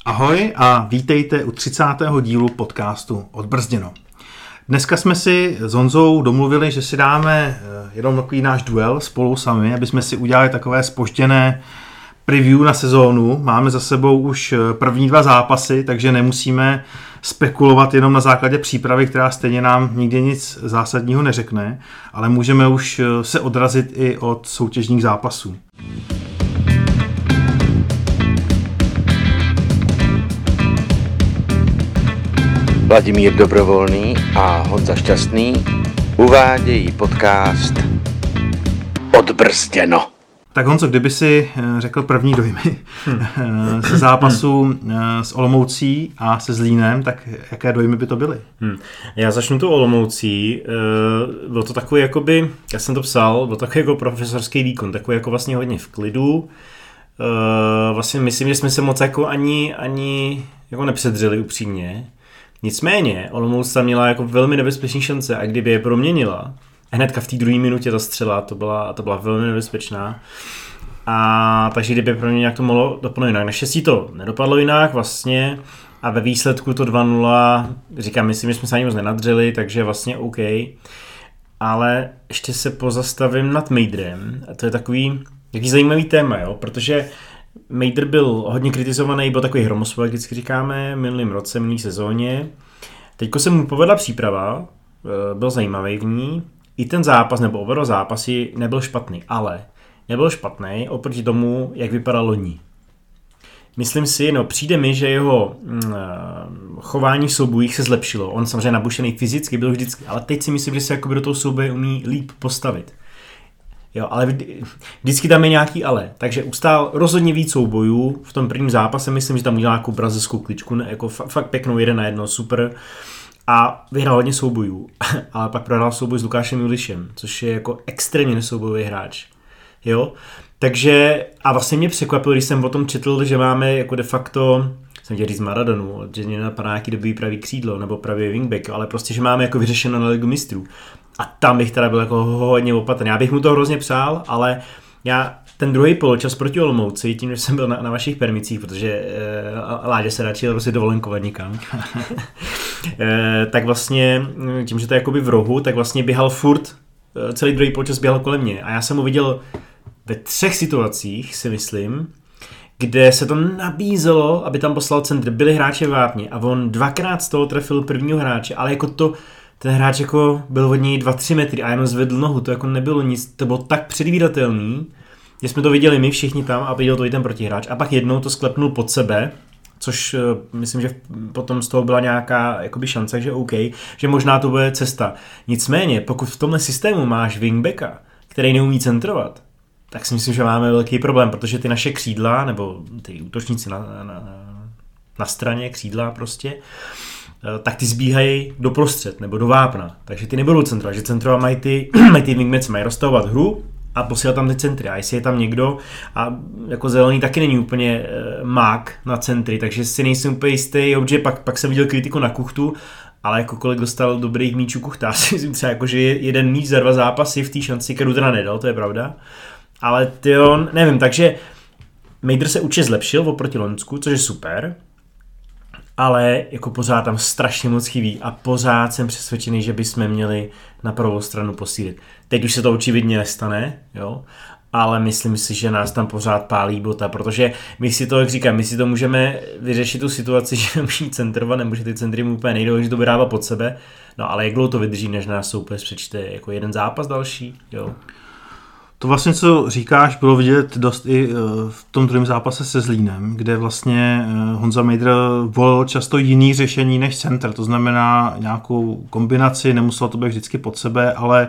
Ahoj a vítejte u 30. dílu podcastu Odbrzděno. Dneska jsme si s Honzou domluvili, že si dáme jenom takový náš duel spolu sami, aby jsme si udělali takové zpožděné preview na sezónu. Máme za sebou už první 2 zápasy, takže nemusíme spekulovat jenom na základě přípravy, která stejně nám nikdy nic zásadního neřekne, ale můžeme už se odrazit i od soutěžních zápasů. Vladimír Dobrovolný a Honza Šťastný uvádějí podcast Odbrzděno. Tak Honzo, kdyby si řekl první dojmy ze zápasu s Olomoucí a se Zlínem, tak jaké dojmy by to byly? Já začnu tu Olomoucí. Byl to takový, jakoby, já jsem to psal, byl takový jako profesorský výkon, takový jako vlastně hodně v klidu. Vlastně myslím, že jsme se moc jako ani jako nepředřeli upřímně. Nicméně, Olomouc tam měla jako velmi nebezpečný šance a kdyby je proměnila, hnedka v té druhé minutě ta střela, to byla velmi nebezpečná. A takže kdyby pro mě nějak to mohlo dopadnout jinak. Naštěstí to nedopadlo jinak vlastně a ve výsledku to 2-0, říkám, myslím, že jsme se ani moc nenadřeli, takže vlastně OK. Ale ještě se pozastavím nad Mejdrem a to je takový zajímavý téma, jo, protože Mejdr byl hodně kritizovaný, byl takový hromosvoj, jak vždycky říkáme, minulým roce, minulý sezóně. Teďko se mu povedla příprava, byl zajímavý v ní. I ten zápas, nebo oba 2 zápasy nebyl špatný, ale nebyl špatný oproti tomu, jak vypadal loni. Myslím si, přijde mi, že jeho chování v soubojích se zlepšilo. On samozřejmě nabušený fyzicky byl vždycky, ale teď si myslím, že se jakoby do toho souboje umí líp postavit. Jo, ale vždycky tam je nějaký ale. Takže ustál rozhodně víc soubojů. V tom prvním zápase myslím, že tam udělal nějakou brazilskou kličku, jako fakt pěknou 1-1, super. A vyhrál hodně soubojů. Ale pak prohrál souboj s Lukášem Julišem, což je jako extrémně nesoubojový hráč. Jo? Takže a vlastně mě překvapilo, když jsem o tom četl, že máme jako de facto, jsem chtěl říct Maradonu, že mě napadá nějaký dobrý pravý křídlo nebo pravý wingback, ale prostě, že máme jako vyřešeno na Ligu mistrů. A tam bych teda byl jako hodně opatrný. Já bych mu to hrozně přál, ale já ten druhý poločas proti Olomouci, tím, že jsem byl na vašich permicích, protože Láďa se radši prostě dovolenkovat nikam, tak vlastně tím, že to je jakoby v rohu, tak vlastně běhal furt, celý druhý poločas běhal kolem mě. A já jsem ho viděl ve 3 situacích, si myslím, kde se to nabízelo, aby tam poslal centr. Byli hráči v vápně a on 2krát z toho trefil prvního hráče, ale jako to ten hráč jako byl od něj 2-3 metry a jenom zvedl nohu, to jako nebylo nic, to bylo tak předvídatelný, že jsme to viděli my všichni tam a viděl to i ten protihráč a pak jednou to sklepnul pod sebe, což myslím, že potom z toho byla nějaká jakoby šance, že OK, že možná to bude cesta. Nicméně, pokud v tomhle systému máš wingbacka, který neumí centrovat, tak si myslím, že máme velký problém, protože ty naše křídla, nebo ty útočníci na straně křídla prostě, tak ty zbíhají doprostřed nebo do vápna, takže ty nebudou centrovat, že centrovat mají ty wingbacks, mají rozstavovat hru a posílat tam ty centry a jestli je tam někdo a jako Zelený taky není úplně mák na centry, takže si nejsem úplně jistý, že pak jsem viděl kritiku na Kuchtu, ale jako kolik dostal dobrých míčů Kuchta, si myslím třeba jako, že jeden míč za 2 zápasy v té šanci, kterou teda nedal, to je pravda, ale nevím, takže Mejdr se určitě zlepšil oproti Loňsku, což je super, ale jako pořád tam strašně moc chybí a pořád jsem přesvědčený, že bychom měli na pravou stranu posílit. Teď už se to očividně nestane, jo, ale myslím si, že nás tam pořád pálí Bota, protože my si to, jak říkám, my si to můžeme vyřešit tu situaci, že musí centrovat, nebo že ty centry mu úplně nejdou, že to vydává pod sebe, no ale jak dlouho to vydrží, než nás soupeř přečte jako jeden zápas další, jo. To vlastně, co říkáš, bylo vidět dost i v tom druhém zápase se Zlínem, kde vlastně Honza Mejdr volil často jiný řešení než center, to znamená nějakou kombinaci, nemuselo to být vždycky pod sebe, ale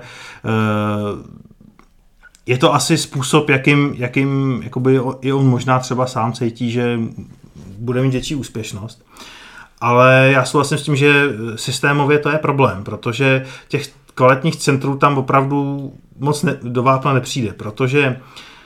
je to asi způsob, jakým jakoby i on možná třeba sám cítí, že bude mít větší úspěšnost. Ale já souhlasím s tím, že systémově to je problém, protože těch kvalitních centrů tam opravdu moc do vápna nepřijde, protože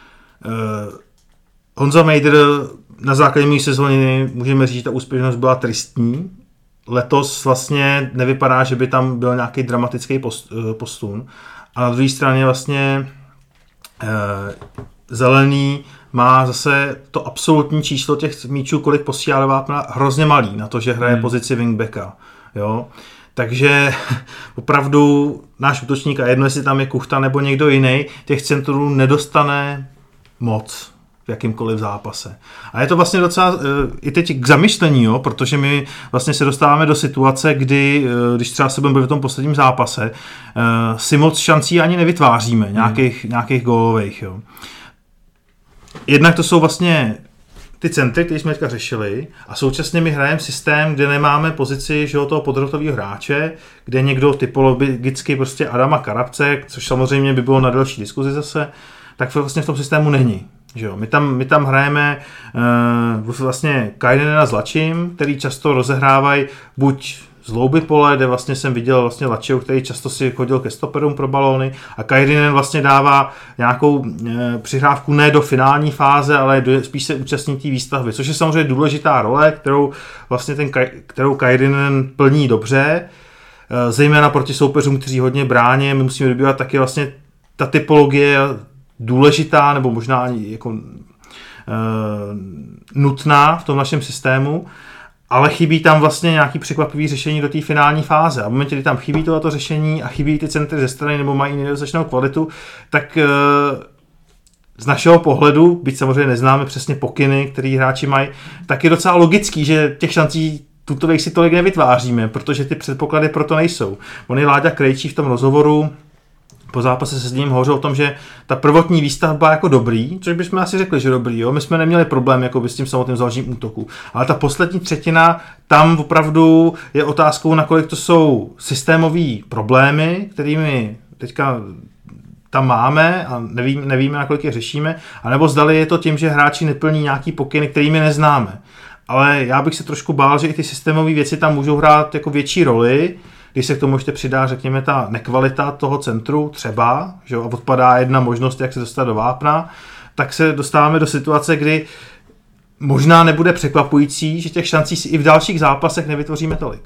Honza Mejdr na základě mý sezóny můžeme říct, že ta úspěšnost byla tristní. Letos vlastně nevypadá, že by tam byl nějaký dramatický posun. A na druhé straně vlastně Zelený má zase to absolutní číslo těch míčů, kolik posílá do vápna, hrozně malý na to, že hraje pozici wingbacka. Jo? Takže opravdu náš útočník, a jedno jestli tam je Kuchta nebo někdo jiný, těch centrů nedostane moc v jakýmkoliv zápase. A je to vlastně docela i teď k zamyšlení, jo? Protože my vlastně se dostáváme do situace, kdy, když třeba se budeme v tom posledním zápase, si moc šancí ani nevytváříme, nějakých gólových. Jo? Jednak to jsou vlastně ty centry, které jsme teďka řešili, a současně my hrajeme systém, kde nemáme pozici, že, toho podrotového hráče, kde někdo typologicky prostě Adama Karabce, což samozřejmě by bylo na delší diskuzi zase, tak vlastně v tom systému není. Že jo? My tam hrajeme vlastně Kainena s Lačím, který často rozehrávají buď z hlouby pole, kde vlastně jsem viděl vlastně Lačeho, který často si chodil ke stoperům pro balóny, a Kairinen vlastně dává nějakou přihrávku ne do finální fáze, ale spíš se účastní té výstavby, což je samozřejmě důležitá role, kterou Kairinen plní dobře, zejména proti soupeřům, kteří hodně brání. My musíme dobývat taky vlastně ta typologie důležitá, nebo možná jako nutná v tom našem systému, ale chybí tam vlastně nějaký překvapivý řešení do té finální fáze. A v momentě, kdy tam chybí tohleto řešení a chybí ty centry ze strany nebo mají nedostatečnou kvalitu, tak z našeho pohledu, byť samozřejmě neznáme přesně pokyny, který hráči mají, tak je docela logický, že těch šancí tutových si tolik nevytváříme, protože ty předpoklady proto nejsou. On je Láďa Krejčí v tom rozhovoru po zápase se s ním hovořil o tom, že ta prvotní výstavba jako dobrý, což bychom asi řekli, že dobrý, jo? My jsme neměli problém jako s tím samotným záložním útoku, ale ta poslední třetina, tam opravdu je otázkou, nakolik to jsou systémový problémy, kterými teďka tam máme a nevíme, nakolik je řešíme, anebo zdali je to tím, že hráči neplní nějaký pokyny, kterými neznáme. Ale já bych se trošku bál, že i ty systémové věci tam můžou hrát jako větší roli, když se k tomu ještě přidá, řekněme, ta nekvalita toho centru třeba, že jo, a odpadá jedna možnost, jak se dostat do vápna, tak se dostáváme do situace, kdy možná nebude překvapující, že těch šancí si i v dalších zápasech nevytvoříme tolik.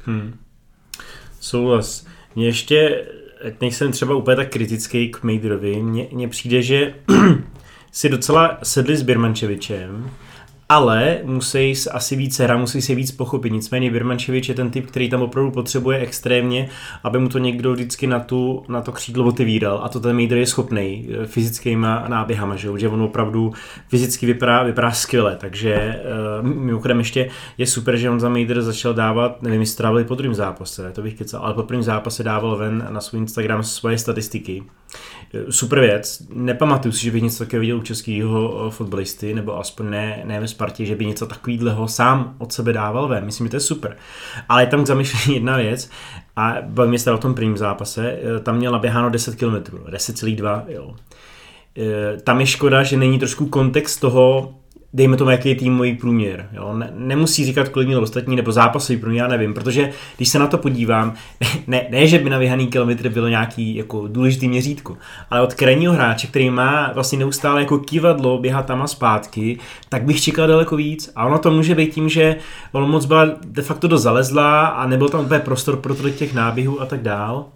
Souhlas. Mně ještě, nejsem třeba úplně tak kritický k Mejdrovi, mně přijde, že si docela sedli s Birmančevičem, ale musí se asi víc hrát, musí se víc pochopit. Nicméně Birmančevič je ten typ, který tam opravdu potřebuje extrémně, aby mu to někdo vždycky na to křídlo otevíral. A to ten Mejdr je schopnej fyzickýma náběhama, že on opravdu fyzicky vypadá skvěle. Takže mimochodem ještě je super, že on za Mejdr začal dávat, nevím, jestli strávili po druhém zápase, to bych kecal, ale po prvním zápase dával ven na svůj Instagram svoje statistiky. Super věc. Nepamatuju si, že bych něco takového viděl u českého fotbalisty, nebo aspoň ne ve Spartě, že by něco takového sám od sebe dával ven. Myslím, že to je super. Ale je tam k zamyšlení jedna věc, a bavím se o tom prvním zápase, tam měl naběháno 10 km, 10,2, jo. Tam je škoda, že není trošku kontext toho, dejme tomu, jaký je týmový průměr. Jo? Nemusí říkat, kolik měl ostatní, nebo zápasový průměr, já nevím, protože když se na to podívám, ne že by na vyhaný kilometr bylo nějaký jako důležitý měřítko, ale od krajního hráče, který má vlastně neustále jako kivadlo, běhá tam a zpátky, tak bych čekal daleko víc. A ono to může být tím, že Olomouc byla de facto dost zalezlá a nebyl tam úplně prostor pro tolik těch náběhů a tak dál.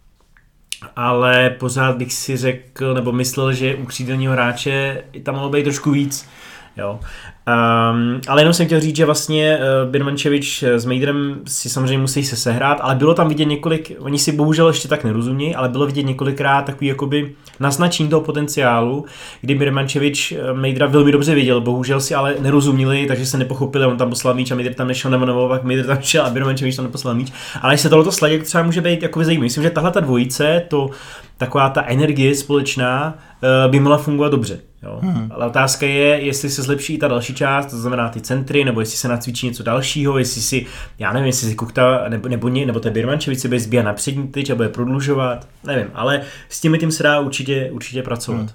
Ale pořád bych si řekl, nebo myslel, že u křídelního hráče tam mohlo být trošku víc. Jo. Ale jenom jsem chtěl říct, že vlastně Birmančevič s Mejdrem si samozřejmě musí se sehrát, ale bylo tam vidět několik, oni si bohužel ještě tak nerozumí, ale bylo vidět několikrát takový jakoby naznačení toho potenciálu, kdy Birmančevič Mejdra velmi dobře viděl, bohužel si ale nerozuměli, takže se nepochopili, on tam poslal míč a Mejdr tam nešel, nebo pak Mejdr tam šel a Birmančevič tam neposlal míč, ale když se tohleto sladí, třeba může být jako zajímavý. Myslím, že tahle ta dvojice, taková ta energie společná by mohla fungovat dobře. Jo. Ale otázka je, jestli se zlepší ta další část, to znamená ty centry, nebo jestli se nacvičí něco dalšího, jestli si, já nevím, jestli si Kuchta nebo ten Birmančevič si bude zbíhat na přední tyč a bude prodlužovat, nevím, ale s tím se dá určitě pracovat.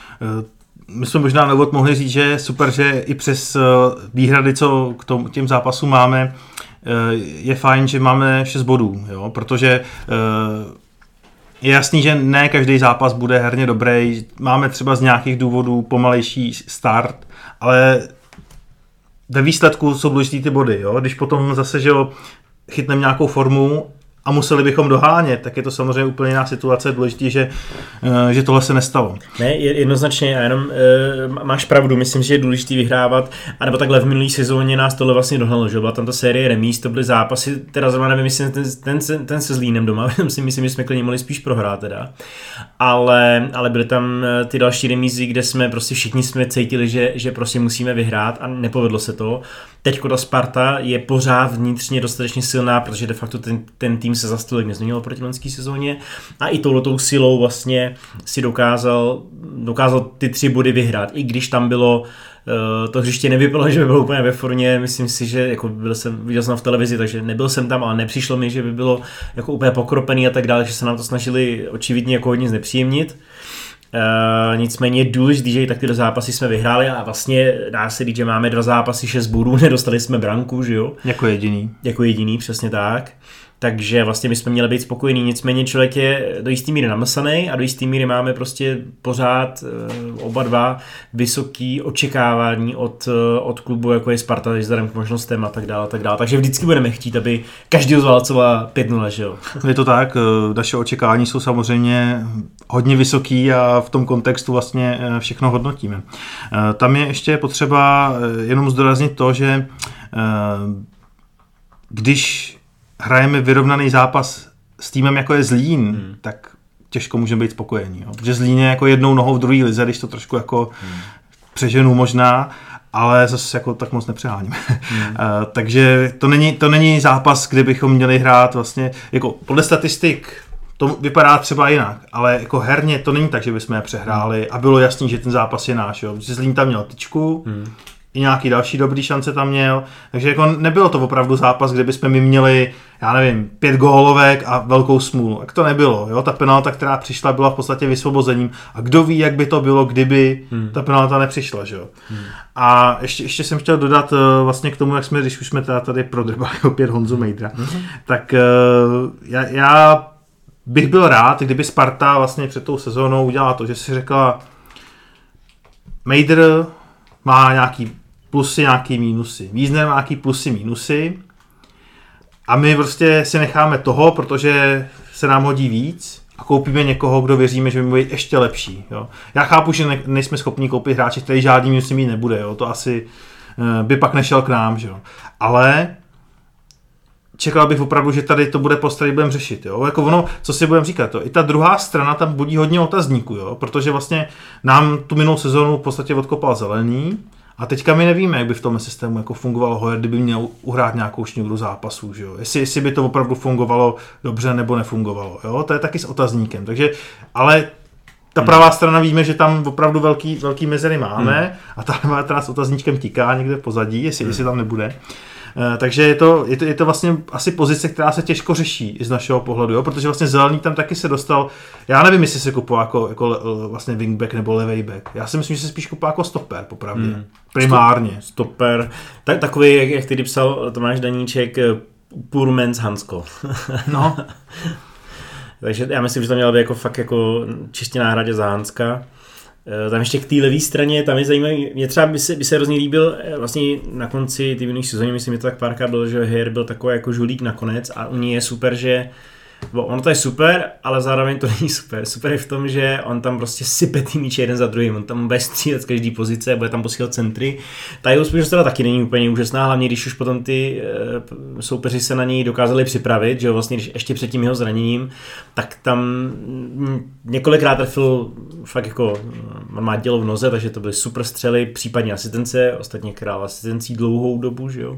My jsme možná na úvod mohli říct, že je super, že i přes výhrady, co k těm zápasům máme, je fajn, že máme 6 bodů, jo? Protože je jasný, že ne každý zápas bude herně dobrý, máme třeba z nějakých důvodů pomalejší start, ale ve výsledku jsou důležitý ty body, jo? Když potom zase, že chytneme nějakou formu a museli bychom dohánět, tak je to samozřejmě úplně jiná situace, důležitý, že tohle se nestalo. Ne, jednoznačně, a jenom máš pravdu, myslím, že je důležitý vyhrávat, anebo takhle v minulý sezóně nás tohle vlastně dohnalo, že byla tam ta série remíz, to byly zápasy, teda zrovna nevím, jestli ten se Zlínem doma, si myslím, že jsme klidně mohli spíš prohrát teda, ale byly tam ty další remízy, kde jsme prostě všichni jsme cítili, že prostě musíme vyhrát a nepovedlo se to. Teďko ta Sparta je pořád vnitřně dostatečně silná, protože de facto ten tým se za stolik nezměnil proti loňské sezóně a i touhletou silou vlastně si dokázal ty 3 body vyhrát, i když tam bylo to hřiště nevypadalo, že by bylo úplně ve formě, myslím si, že jako viděl jsem v televizi, takže nebyl jsem tam, ale nepřišlo mi, že by bylo jako úplně pokropený a tak dále, že se nám to snažili očividně jako hodně znepříjemnit. Nicméně je důležitý, že i tak tyhle zápasy jsme vyhráli a vlastně dá se říct, že máme 2 zápasy, 6 bodů, nedostali jsme branku, že jo? Jako jediný, přesně tak. Takže vlastně my jsme měli být spokojení, nicméně člověk je do jistý míry namlsanej a do jistý míry máme prostě pořád oba dva vysoký očekávání od klubu, jako je Sparta, vzhledem k možnostem a tak dále. Takže vždycky budeme chtít, aby každý zválcoval 5-0, že jo? Je to tak, naše očekávání jsou samozřejmě hodně vysoký a v tom kontextu vlastně všechno hodnotíme. Tam je ještě potřeba jenom zdůraznit to, že když hrajeme vyrovnaný zápas s týmem, jako je Zlín, tak těžko můžeme být spokojení. Jo? Protože Zlín je jako jednou nohou v druhé lize, když to trošku jako přeženu možná, ale zase jako tak moc nepřeháníme. Takže to není zápas, kde bychom měli hrát vlastně, jako podle statistik to vypadá třeba jinak, ale jako herně to není tak, že bychom je přehráli a bylo jasný, že ten zápas je náš. Jo? Protože Zlín tam měl tyčku, i nějaký další dobrý šance tam měl, takže jako nebylo to opravdu zápas, kde bychom my měli, já nevím, 5 gólovek a velkou smůlu. Tak to nebylo, jo? Ta penalta, která přišla, byla v podstatě vysvobozením a kdo ví, jak by to bylo, kdyby ta penalta nepřišla, že jo. A ještě jsem chtěl dodat vlastně k tomu, když už jsme tady prodrbali opět Honzu Mejdra, tak já bych byl rád, kdyby Sparta vlastně před tou sezónou udělala to, že si řekla Mejdr má nějaký plusy, nějaký mínusy. Vízner má nějaký plusy, mínusy a my prostě si necháme toho, protože se nám hodí víc a koupíme někoho, kdo věříme, že by byl ještě lepší. Jo. Já chápu, že nejsme schopni koupit hráče, který žádný minusy mít nebude. Jo. To asi by pak nešel k nám. Že jo. Ale čekal bych opravdu, že tady to bude postavit, budeme řešit. Jo. Jako ono, co si budeme říkat, to. I ta druhá strana tam budí hodně otazníků, jo. Protože vlastně nám tu minulou sezónu v podstatě odkopal Zelený a teďka my nevíme, jak by v tom systému jako fungovalo Hoyer, kdyby měl uhrát nějakou šňůru zápasů. Že jo. Jestli by to opravdu fungovalo dobře nebo nefungovalo. Jo. To je taky s otazníkem. Takže, ale ta pravá strana víme, že tam opravdu velký mezery máme a ta levá teda s otazníčkem tiká někde v pozadí, jestli tam nebude. Takže je to vlastně asi pozice, která se těžko řeší i z našeho pohledu, jo? Protože vlastně Zelený tam taky se dostal, já nevím, jestli se kupoval jako vlastně wingback nebo levej back. Já si myslím, že se spíš kupoval jako stopper, popravdě. Primárně. Stopper. Takový, jak ty psal Tomáš Daníček, poor man's Hansko. No. Takže já myslím, že tam měla být jako fakt jako čistě náhradě za Hanska. Tam ještě k té levé straně, tam je zajímavý, mě třeba by se hrozně líbil vlastně na konci té minulé sezóny, myslím, že to tak párkrát bylo, že Hoyer byl takový jako žulík nakonec a u ní je super, že ono to je super, ale zároveň to není super. Super je v tom, že on tam prostě sype ty míče jeden za druhým, on tam bude střílet z každé pozice, bude tam posílat centry. Ta jeho úspěšnost teda taky není úplně úžasná, hlavně když už potom ty soupeři se na něj dokázali připravit, že jo, vlastně když ještě před tím jeho zraněním, tak tam několikrát trefil fakt jako, on má dělo v noze, takže to byly super střely, případně asistence, ostatně král asistencí dlouhou dobu, že jo.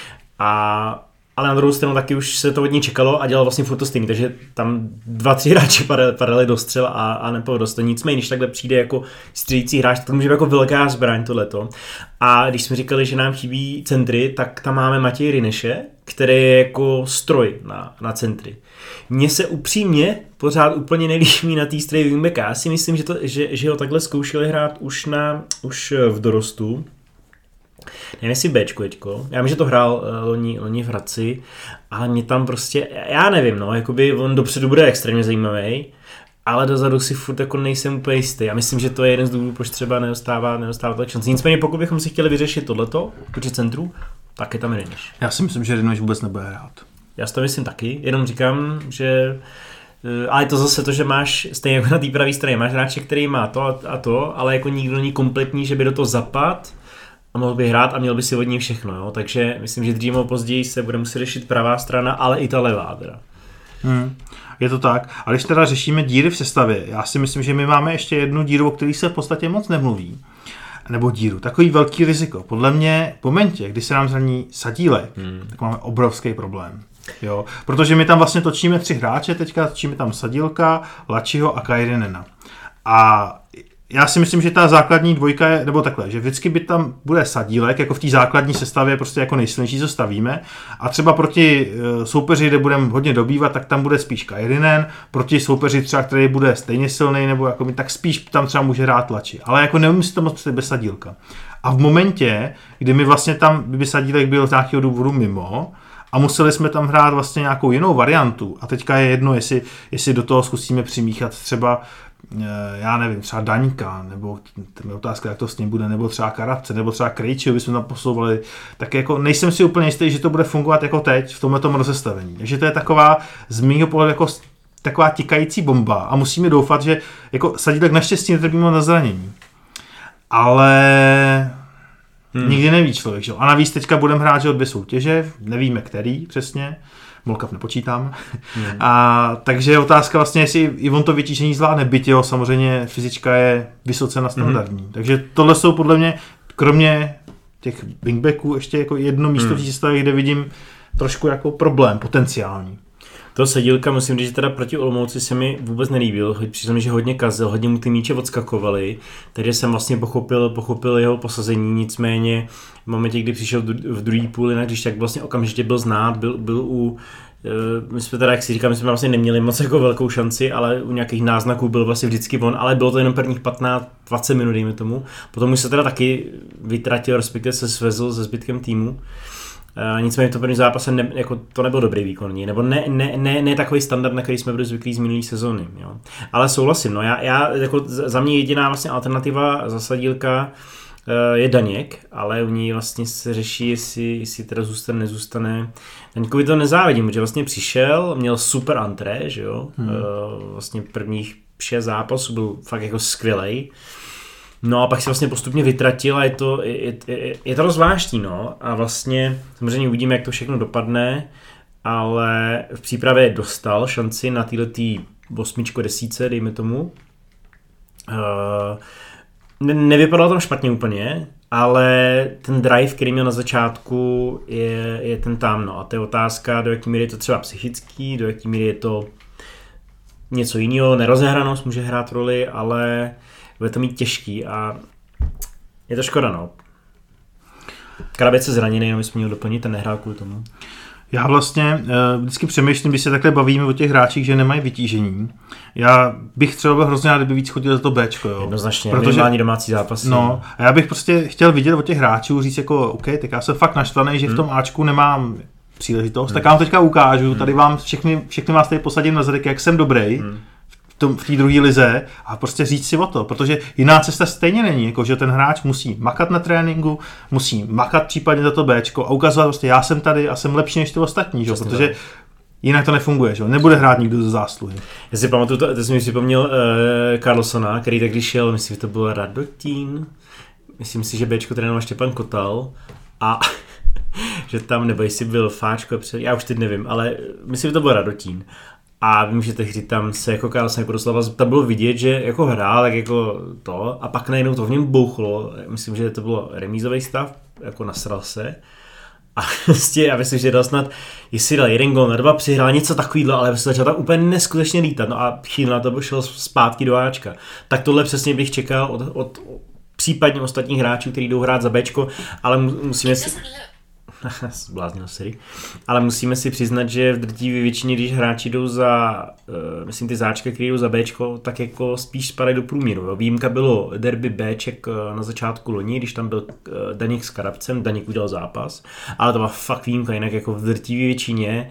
Ale na druhou stranu taky už se to od ní čekalo a dělal vlastně furt to stejný, takže tam 2-3 hráči padali do střel a nepovedlo se to. Nicméně, když takhle přijde jako střílící hráč, to může být jako velká zbraň tohleto. A když jsme říkali, že nám chybí centry, tak tam máme Matěj Ryneše, který je jako stroj na centry. Mně se upřímně pořád úplně nelíbí na té straně wingbacka. Já si myslím, že ho takhle zkoušeli hrát už v dorostu. Nevím, jestli Bčko, já vím, že to hrál loni v Hradci, ale mě tam prostě, já nevím, no, jakoby on dopředu bude extrémně zajímavý, ale dozadu si furt jako nejsem úplně jistý. Já myslím, že to je jeden z důvodů, proč třeba nedostává tak šanci. Nicméně pokud bychom si chtěli vyřešit tohleto, počet centrů, tak je tam Ryneš. Já si myslím, že Ryneš vůbec nebude hrát. Já si to myslím taky, jenom říkám, že ale je to zase to, že máš stejně jako na té pravé straně, máš hráče, který má to a to, ale jako nikdo není kompletní, že by do toho zapad a mohl by hrát a měl by si od ní všechno, jo? Takže myslím, že dřív nebo později se bude muset řešit pravá strana, ale i ta levá teda. Je to tak. A když teda řešíme díry v sestavě, já si myslím, že my máme ještě jednu díru, o které se v podstatě moc nemluví. Nebo díru. Takový velký riziko. Podle mě v momentě, kdy se nám zraní Sadílek, tak máme obrovský problém. Jo? Protože my tam vlastně točíme 3 hráče, teďka točíme tam Sadílka, Lačiho a Kairinena. A já si myslím, že ta základní dvojka je, nebo takhle, že vždycky by tam bude Sadílek, jako v té základní sestavě prostě jako nejsilnější, co stavíme. A třeba proti soupeři, kde budeme hodně dobývat, tak tam bude spíš Kairinen, proti soupeři třeba, který bude stejně silný, nebo jako my, tak spíš tam třeba může hrát Lači. Ale jako neumím si to moc představit bez Sadílka. A v momentě, kdy my vlastně tam, by Sadílek byl z nějakého důvodu mimo, a museli jsme tam hrát vlastně nějakou jinou variantu. A teďka je jedno, jestli do toho zkusíme přimíchat třeba, já nevím, třeba Daňka, nebo otázka, jak to s ním bude, nebo třeba Karabce, nebo třeba Krejčího bychom tam posouvali. Tak jako nejsem si úplně jistý, že to bude fungovat jako teď, v tomhletom rozestavení. Takže to je taková, z mýho pohledu, jako taková tikající bomba. A musíme doufat, že jako Sadílek naštěstí netrpíme na zranění. Ale nikdy neví člověk, že? A navíc teďka budeme hrát, že 2 soutěže, nevíme který přesně, Molkav nepočítám. A takže je otázka vlastně, jestli i on to vytížení zvládne, byť jeho samozřejmě fyzička je vysoce nadstandardní. Takže tohle jsou podle mě, kromě těch wingbacků, ještě jako jedno místo v sestavě, kde vidím trošku jako problém potenciální. To Sadílka, musím říct, že teda proti Olomouci se mi vůbec nelíbil, přitom, že hodně kazil, hodně mu ty míče odskakovaly, takže jsem vlastně pochopil jeho posazení, nicméně v momentě, kdy přišel v druhý půl, jinak když tak vlastně okamžitě byl znát, byl u, my jsme teda, jak si říkám, my jsme vlastně neměli moc jako velkou šanci, ale u nějakých náznaků byl vlastně vždycky on, ale bylo to jenom prvních 15-20 minut, dejme tomu, potom už se teda taky vytratil, respektive se svezl se zbytkem týmu. Nicméně v tom prvním zápase jako to nebyl dobrý výkonní, nebo ne takový standard, na který jsme byli zvyklí z minulý sezóny. Jo. Ale souhlasím, no já jako za mě jediná vlastně alternativa za Sadílka je Daněk, ale u ní vlastně se řeší, jestli teda zůstane, nezůstane. Daňkovi to nezávidím, protože vlastně přišel, měl super antré, že jo, vlastně prvních 6 zápasů byl fakt jako skvělej. No a pak se vlastně postupně vytratil a je to rozvláštní, no. A vlastně samozřejmě uvidíme, jak to všechno dopadne, ale v přípravě dostal šanci na této 8, 10, dejme tomu. Nevypadalo tam špatně úplně, ale ten drive, který měl na začátku, je ten tam, no. A to je otázka, do jaký míry je to třeba psychický, do jaký míry je to něco jiného, nerozehranost může hrát roli, ale bude to mít těžký a je to škoda, no. Karabec se zraněný, jenom jsme měl doplnit, ten nehrál kvůli tomu. Já vlastně vždycky přemýšlím, když se takhle bavíme o těch hráčích, že nemají vytížení. Já bych třeba byl hrozně rád, kdyby víc chodil za to Bčko, jo. Jednoznačně, minimální domácí zápasy. No, a já bych prostě chtěl vidět od těch hráčů, říct jako, OK, tak já jsem fakt naštvaný, že v tom Ačku nemám příležitost, tak já vám teďka ukážu, tady vám všechny vás tady posadím na zadek, jak jsem dobrý. V té druhé lize a prostě říct si o to, protože jiná cesta stejně není, jako že ten hráč musí makat na tréninku, musí makat případně za to Bčko a ukazovat prostě, já jsem tady a jsem lepší než ty ostatní, že? Protože jinak to nefunguje, že? Nebude hrát nikdo ze zásluhy. Já si pamatuju, to jsem mi připomněl Carlsona, který tak když šel, myslím, že to byl Radotín, myslím si, že Bčko trénoval Štěpán Kotal a že tam, nebo jestli byl Fáčko, já už teď nevím, ale myslím, že to byl Radotín. A vím, že tehdy tam se jako Carlsen jako doslova, tam bylo vidět, že jako hrál, tak jako to, a pak najednou to v něm bouchlo, myslím, že to bylo remízový stav, jako nasral se. A prostě já myslím, že dal snad, jestli dal 1 gól na 2, přihrál něco takovýhle, ale prostě začal tam úplně neskutečně lítat, no a chvíli na to šel zpátky do Ačka. Tak tohle přesně bych čekal od případně ostatních hráčů, kteří jdou hrát za Bčko, ale musíme si... Zbláznil Siri. Ale musíme si přiznat, že v drtivé většině, když hráči jdou za, myslím ty záčky, které jdou za Bčko, tak jako spíš spadají do průměru. Jo. Výjimka bylo derby Bček na začátku loni, když tam byl Daněk s Karabcem, Daněk udělal zápas, ale to byla fakt výjimka, jinak jako v drtivé většině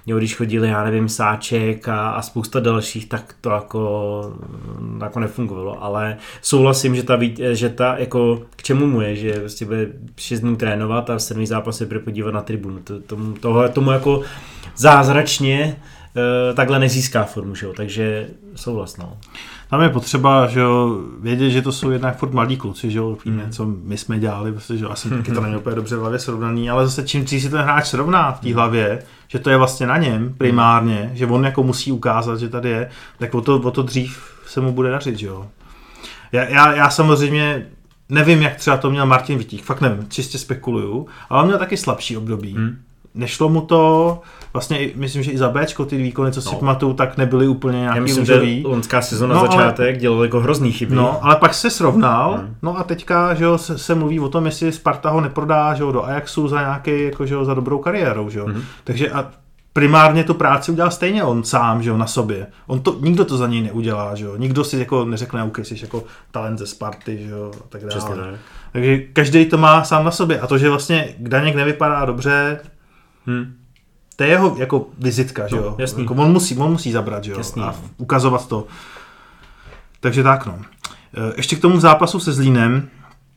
Jo, když chodili, já nevím, Sáček a spousta dalších, tak to jako nefungovalo, ale souhlasím, že ta jako k čemu mu je, že prostě bude 6 dnů trénovat a v 7. zápase bude podívat na tribunu. Tomu jako zázračně takhle nezíská formu, že jo? Takže souhlas, no. Tam je potřeba, že jo, vědět, že to jsou jednak furt mladí kluci, že jo, víme, co my jsme dělali, prostě, že jo, asi taky to není úplně dobře v hlavě srovnaný, ale zase čím dřív si ten hráč srovná v té hlavě, že to je vlastně na něm primárně, že on jako musí ukázat, že tady je, tak o to dřív se mu bude dařit, že jo. Já samozřejmě nevím, jak třeba to měl Martin Wittig, fakt nevím, čistě spekuluju, ale on měl taky slabší období. Nešlo mu to, vlastně myslím, že i za Bčko ty výkony, co si pamatuju, tak nebyly úplně nějaký růžový. Já myslím, že lonská sezona začátek dělal jako hrozný chyby. No, ale pak se srovnal, no a teďka, že jo, se mluví o tom, jestli Sparta ho neprodá, že jo, do Ajaxu za nějaký, jako, že jo, za dobrou kariérou, že jo. Takže a primárně tu práci udělal stejně on sám, že jo, na sobě. Nikdo to za něj neudělá, že jo. Nikdo si jako neřekne, OK, jsi jako talent ze Sparty, že jo, a tak dále. Přesně tak. Takže každý to má sám na sobě a to, že vlastně Daněk nevypadá dobře, to je jeho jako vizitka, že jo. Jako on musí zabrat, že jo, a ukazovat to. Takže tak, no. Ještě k tomu zápasu se Zlínem.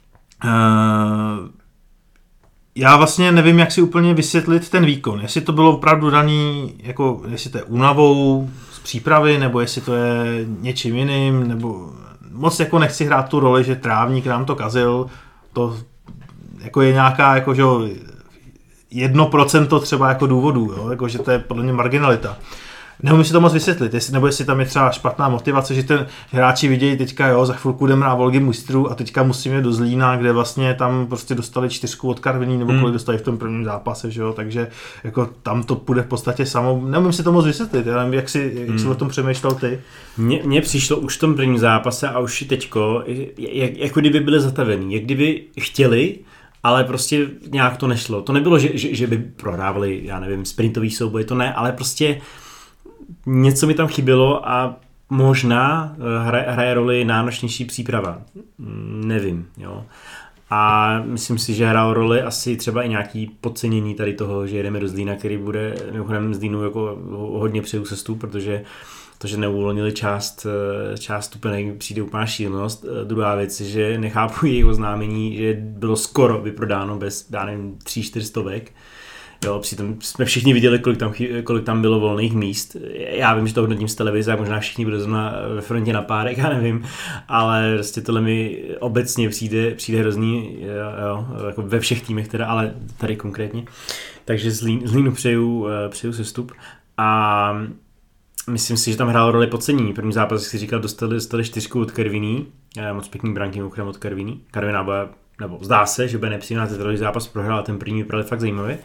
Já vlastně nevím, jak si úplně vysvětlit ten výkon. Jestli to bylo opravdu daný, jako jestli to je únavou z přípravy, nebo jestli to je něčím jiným, nebo moc jako nechci hrát tu roli, že trávník nám to kazil. To jako je nějaká, jako že 1% třeba jako důvodů, jo? Jako, že to je podle mě marginalita. Neumím si to moc vysvětlit, nebo jestli tam je třeba špatná motivace, že ten hráči vidějí teďka, jo, za chvilku jdeme na Volgy mistrů a teďka musíme do Zlína, kde vlastně tam prostě dostali 4 od Karviní, nebo kolik dostali v tom prvním zápase, že jo, takže jako tam to půjde v podstatě samo. Neumím si to moc vysvětlit, já nevím, jak jsi o tom přemýšlel ty. Mně přišlo už v tom prvním zápase a už i teďko, jako kdyby byli zatavený, jak kdyby chtěli, ale prostě nějak to nešlo. To nebylo, že by prohrávali, já nevím, sprintový souboj, to ne, ale prostě něco mi tam chybělo a možná hraje roli náročnější příprava. Nevím, jo. A myslím si, že hrál roli asi třeba i nějaký podcenění tady toho, že jedeme do Zlína, který bude mimochodem Zlínu jako hodně přeju sestup, protože to, že neuvolnili část stupenek, přijde úplná šílenost. Druhá věc je, že nechápu jejich oznámení, že bylo skoro vyprodáno bez, já nevím, 300-400 stovek. Jo, přitom jsme všichni viděli, kolik tam bylo volných míst. Já vím, že to hodnotím z televize a možná všichni budou zrovna ve frontě na párek, já nevím, ale prostě tohle mi obecně přijde hrozný, jo, jako ve všech týmech teda, ale tady konkrétně. Takže Zlínu přeju sestup a myslím si, že tam hrál roli podcenění. První zápas, jak si říkal, dostali 4 od Karviní, moc pěkný branky od Karviní. Karviná bude, nebo zdá se, že bude nepříjemná, ten druhý zápas prohrál a ten první vypadal fakt zajímavě.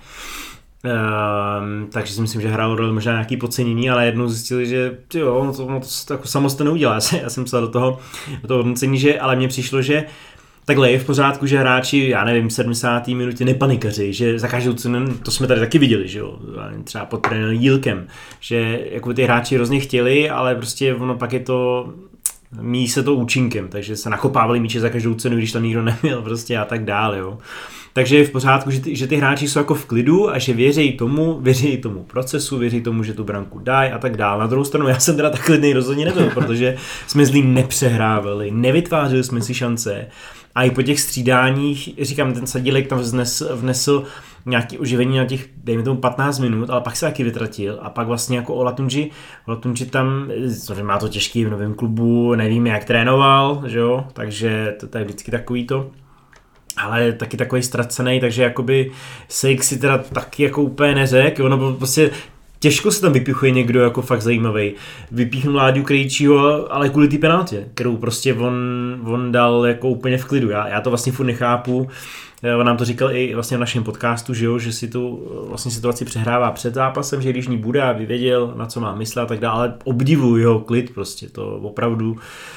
Takže si myslím, že hrál roli možná nějaký podcenění, ale jednou zjistili, že jo, to jako samo to neudělá. Já jsem psal do toho hodnocení, že ale mně přišlo, že takhle je v pořádku, že hráči, já nevím, v 70. minutě nepanikaři, že za každou cenu, to jsme tady taky viděli, že jo, třeba pod trenérem Jílkem, že jako ty hráči hrozně chtěli, ale prostě ono pak je to, míjí se to účinkem, takže se nakopávali míče za každou cenu, když tam nikdo neměl prostě a tak dále, jo. Takže je v pořádku, že ty hráči jsou jako v klidu a že věří tomu procesu, věří tomu, že tu branku dají a tak dále. Na druhou stranu já jsem teda tak klidný rozhodně nebyl, protože jsme Zlín nepřehrávali, nevytvářeli jsme si šance a i po těch střídáních, říkám, ten Sadílek tam vnesl nějaké oživení na těch, dejme tomu 15 minut, ale pak se taky vytratil a pak vlastně jako Olatunji tam, že má to těžký v novém klubu, nevím jak trénoval, že jo, takže to je vždycky takový to. Ale taky takový ztracený, takže jakoby Sejk si teda taky jako úplně neřekl, ono prostě těžko se tam vypichuje někdo jako fakt zajímavý. Vypíchnul Láďu Krejčího, ale kvůli té penaltě, kterou prostě on dal jako úplně v klidu. Já to vlastně furt nechápu. On nám to říkal i vlastně v našem podcastu, že jo, že si tu vlastně situaci přehrává před zápasem, že když ní bude, aby věděl, na co má myslet a tak dále, ale obdivuju jeho klid prostě, to opravdu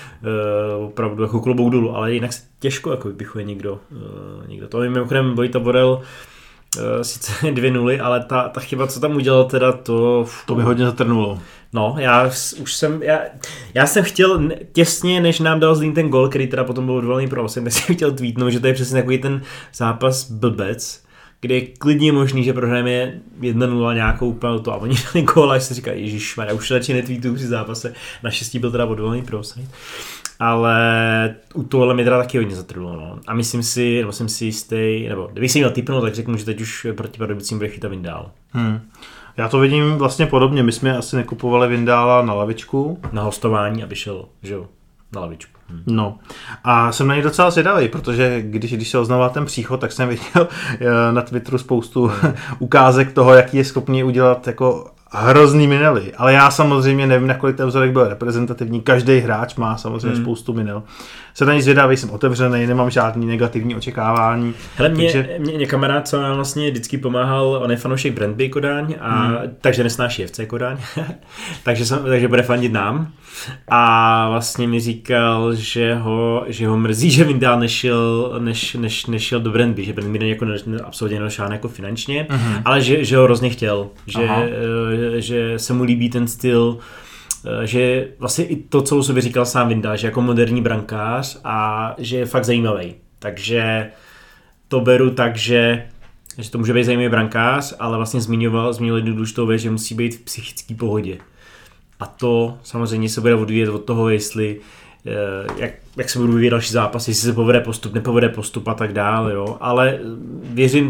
jako klobouk dolů, ale jinak se těžko jako vypichuje někdo. To je mimochodem Vojta Borel, sice 2-0, ale ta chyba, co tam udělal, teda to by hodně zatrnulo. No, já jsem chtěl těsně, než nám dal Zlín ten gol, který teda potom byl odvolaný pro 8, tak jsem chtěl tweetnout, že to je přesně takový ten zápas blbec, kde je klidně možný, že prohráme 1-0 nějakou úplně to a oni dali gól a si říká, ježišmarja, už radši netweetuju při zápase, naštěstí byl teda odvolený pro offside. Ale u tohle mi teda taky hodně zatrvalo, no. A myslím si, nebo jsem si jistý, nebo kdybych si měl tipnout, tak řeknu, že teď už proti Pardubicím bude chytat Vindál. Já to vidím vlastně podobně, my jsme asi nekupovali Vindála na lavičku. Na hostování, aby šel, že jo, na lavičku. No a jsem na něj docela zvědavý, protože když se oznamoval ten příchod, tak jsem viděl na Twitteru spoustu ukázek toho, jaký je schopný udělat jako hrozný minely, ale já samozřejmě nevím, nakolik ten vzorek byl reprezentativní, každý hráč má samozřejmě spoustu minel. Jsem na ní zvědavý, jsem otevřený, nemám žádný negativní očekávání. Hele, mě kamarád, co nám vlastně vždycky pomáhal, on je fanoušek Brandby Kodaň, a takže nesnáší FC Kodaň, takže bude fandit nám. A vlastně mi říkal, že ho mrzí, že Vindál nešel do Brandby, že Brandby jako absolutně nedošel jako finančně, ale že ho hrozně chtěl, že se mu líbí ten styl, že vlastně i to, co o sobě říkal sám Vindál, že jako moderní brankář a že je fakt zajímavý. Takže to beru tak, že to může být zajímavý brankář, ale vlastně zmiňoval jednu důležitou věc, že musí být v psychické pohodě. A to samozřejmě se bude odvíjet od toho, jestli jak se budou vyvíjet další zápasy, jestli se povede postup, nepovede postup a tak dále, jo. Ale věřím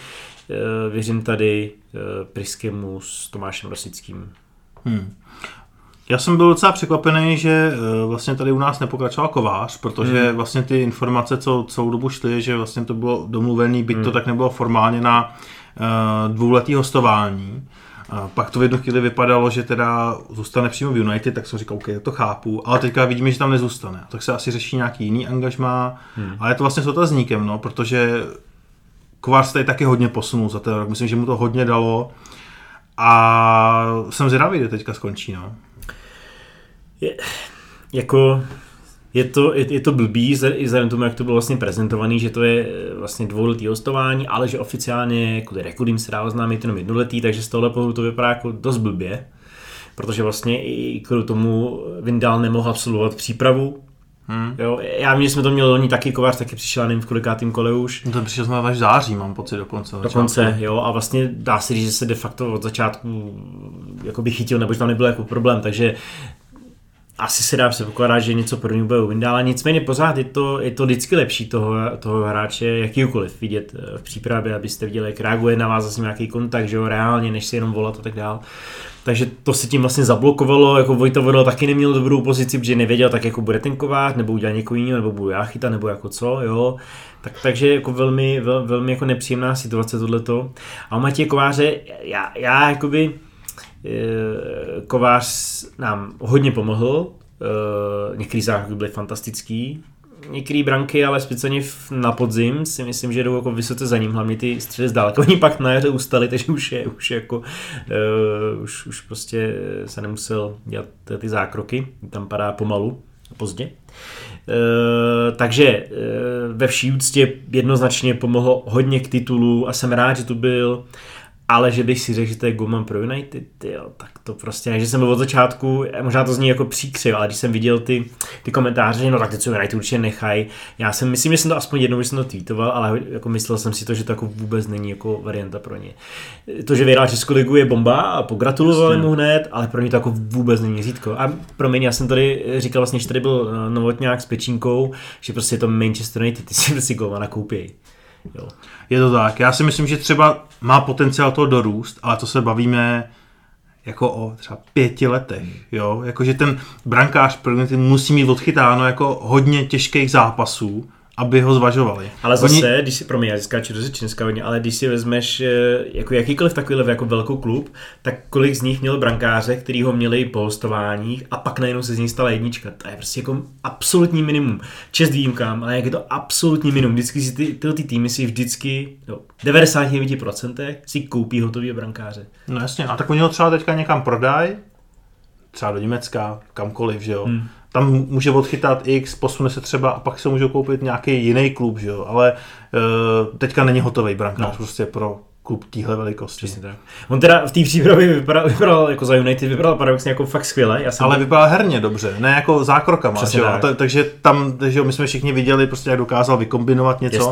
tady Pryskému s Tomášem Rosickým. Já jsem byl docela překvapený, že vlastně tady u nás nepokračoval Kovář, protože vlastně ty informace, co celou dobu šly, že vlastně to bylo domluvený, byť to tak nebylo formálně na dvouletý hostování. Pak to v jednu chvíli vypadalo, že teda zůstane přímo v United, tak jsem říkal, OK, to chápu, ale teďka vidíme, že tam nezůstane. Tak se asi řeší nějaký jiný angažmá, ale je to vlastně s otazníkem, no, protože Kovář tady taky hodně posunul za ten rok, myslím, že mu to hodně dalo a jsem zvědavý, kde teďka skončí, no. Je to blbý, i vzhledem tomu, jak to bylo vlastně prezentovaný, že to je vlastně dvouletý hostování, ale že oficiálně kvůli rekordím se dá oznámit jenom jednoletý, takže z tohle pohledu to vypadá jako dost blbě, protože vlastně i kvůli tomu Vindál nemohl absolvovat přípravu. Jo, já vím, že jsme to měli loni taky, Kovář taky přišel, nevím v kolikátým kole už. To přišel jsme až v září, mám pocit dokonce. Dokonce, jo, a vlastně dá se říct, že se de facto od začátku jakoby chytil, nebo že tam nebyl jako problém, takže asi se dá předpokládat, že něco podobného bude u Vindála, nicméně pořád je to vždycky lepší toho hráče jakýkoliv vidět v přípravě, abyste viděli, jak reaguje na vás zase nějaký kontakt, že jo, reálně, než si jenom volat a tak dál. Takže to se tím vlastně zablokovalo, jako Vojta Vodal taky neměl dobrou pozici, protože nevěděl, tak jako bude ten Kovář, nebo udělá někoho jiného, nebo budu já chytat, nebo jako co, jo. Takže jako velmi jako nepříjemná situace tohleto. A u Matěje Kováře, já jakoby Kovář nám hodně pomohl, některý zákrok byly fantastický, některé branky, ale speciálně na podzim si myslím, že jdou jako vysoce za ním, hlavně ty střely z dálky. Oni pak na jaře ustali, takže už prostě se nemusel dělat ty zákroky, tam padá pomalu, pozdě. Takže ve vší úctě jednoznačně pomohlo hodně k titulu a jsem rád, že tu byl. Ale že bych si řekl, že to je golman pro United, jo, tak to prostě ne, že jsem byl od začátku, možná to zní jako příkřiv, ale když jsem viděl ty komentáře, že no tak ty co United určitě nechají, já jsem myslím, že jsem to aspoň jednou, že jsem to tweetoval, ale jako myslel jsem si to, že to jako vůbec není jako varianta pro ně. To, že vyhrál Českou ligu je bomba a pogratulovali mu hned, ale pro ně to jako vůbec není řídko. A promiň, já jsem tady říkal vlastně, že tady byl Novotňák s Pečínkou, že prostě je to Manchester United, ty si prostě golmana koupí. Jo. Je to tak. Já si myslím, že třeba má potenciál toho dorůst, ale to se bavíme jako o třeba 5 letech. Jo? Jakože ten brankář musí mít odchytáno jako hodně těžkých zápasů, aby ho zvažovali. Ale zase, když si, promiň, já skáču do řeči dneska hodně, ale když si vezmeš jako jakýkoliv takovýhle jako velkou klub, tak kolik z nich měl brankáře, který ho měli po hostováních a pak najednou se z nich stala jednička. To je prostě jako absolutní minimum. Čest výjimkám, ale jak je to absolutní minimum. Vždycky si ty týmy si vždycky, 99% si koupí hotový brankáře. No jasně, a tak oni ho třeba teďka někam prodají, třeba do Německa, kamkoliv, že jo. Tam může odchytat X, posune se třeba a pak se můžou koupit nějaký jiný klub, že jo, ale teďka není hotový brankář prostě pro klub téhle velikosti. Přesně tak. On teda v té přípravě vypadal jako za United, vypadal paradoxně jako fakt skvěle. Ale vypadal herně dobře, ne jako zákrokama, že jo? Takže tam, že jo, my jsme všichni viděli prostě, jak dokázal vykombinovat něco. Jasný.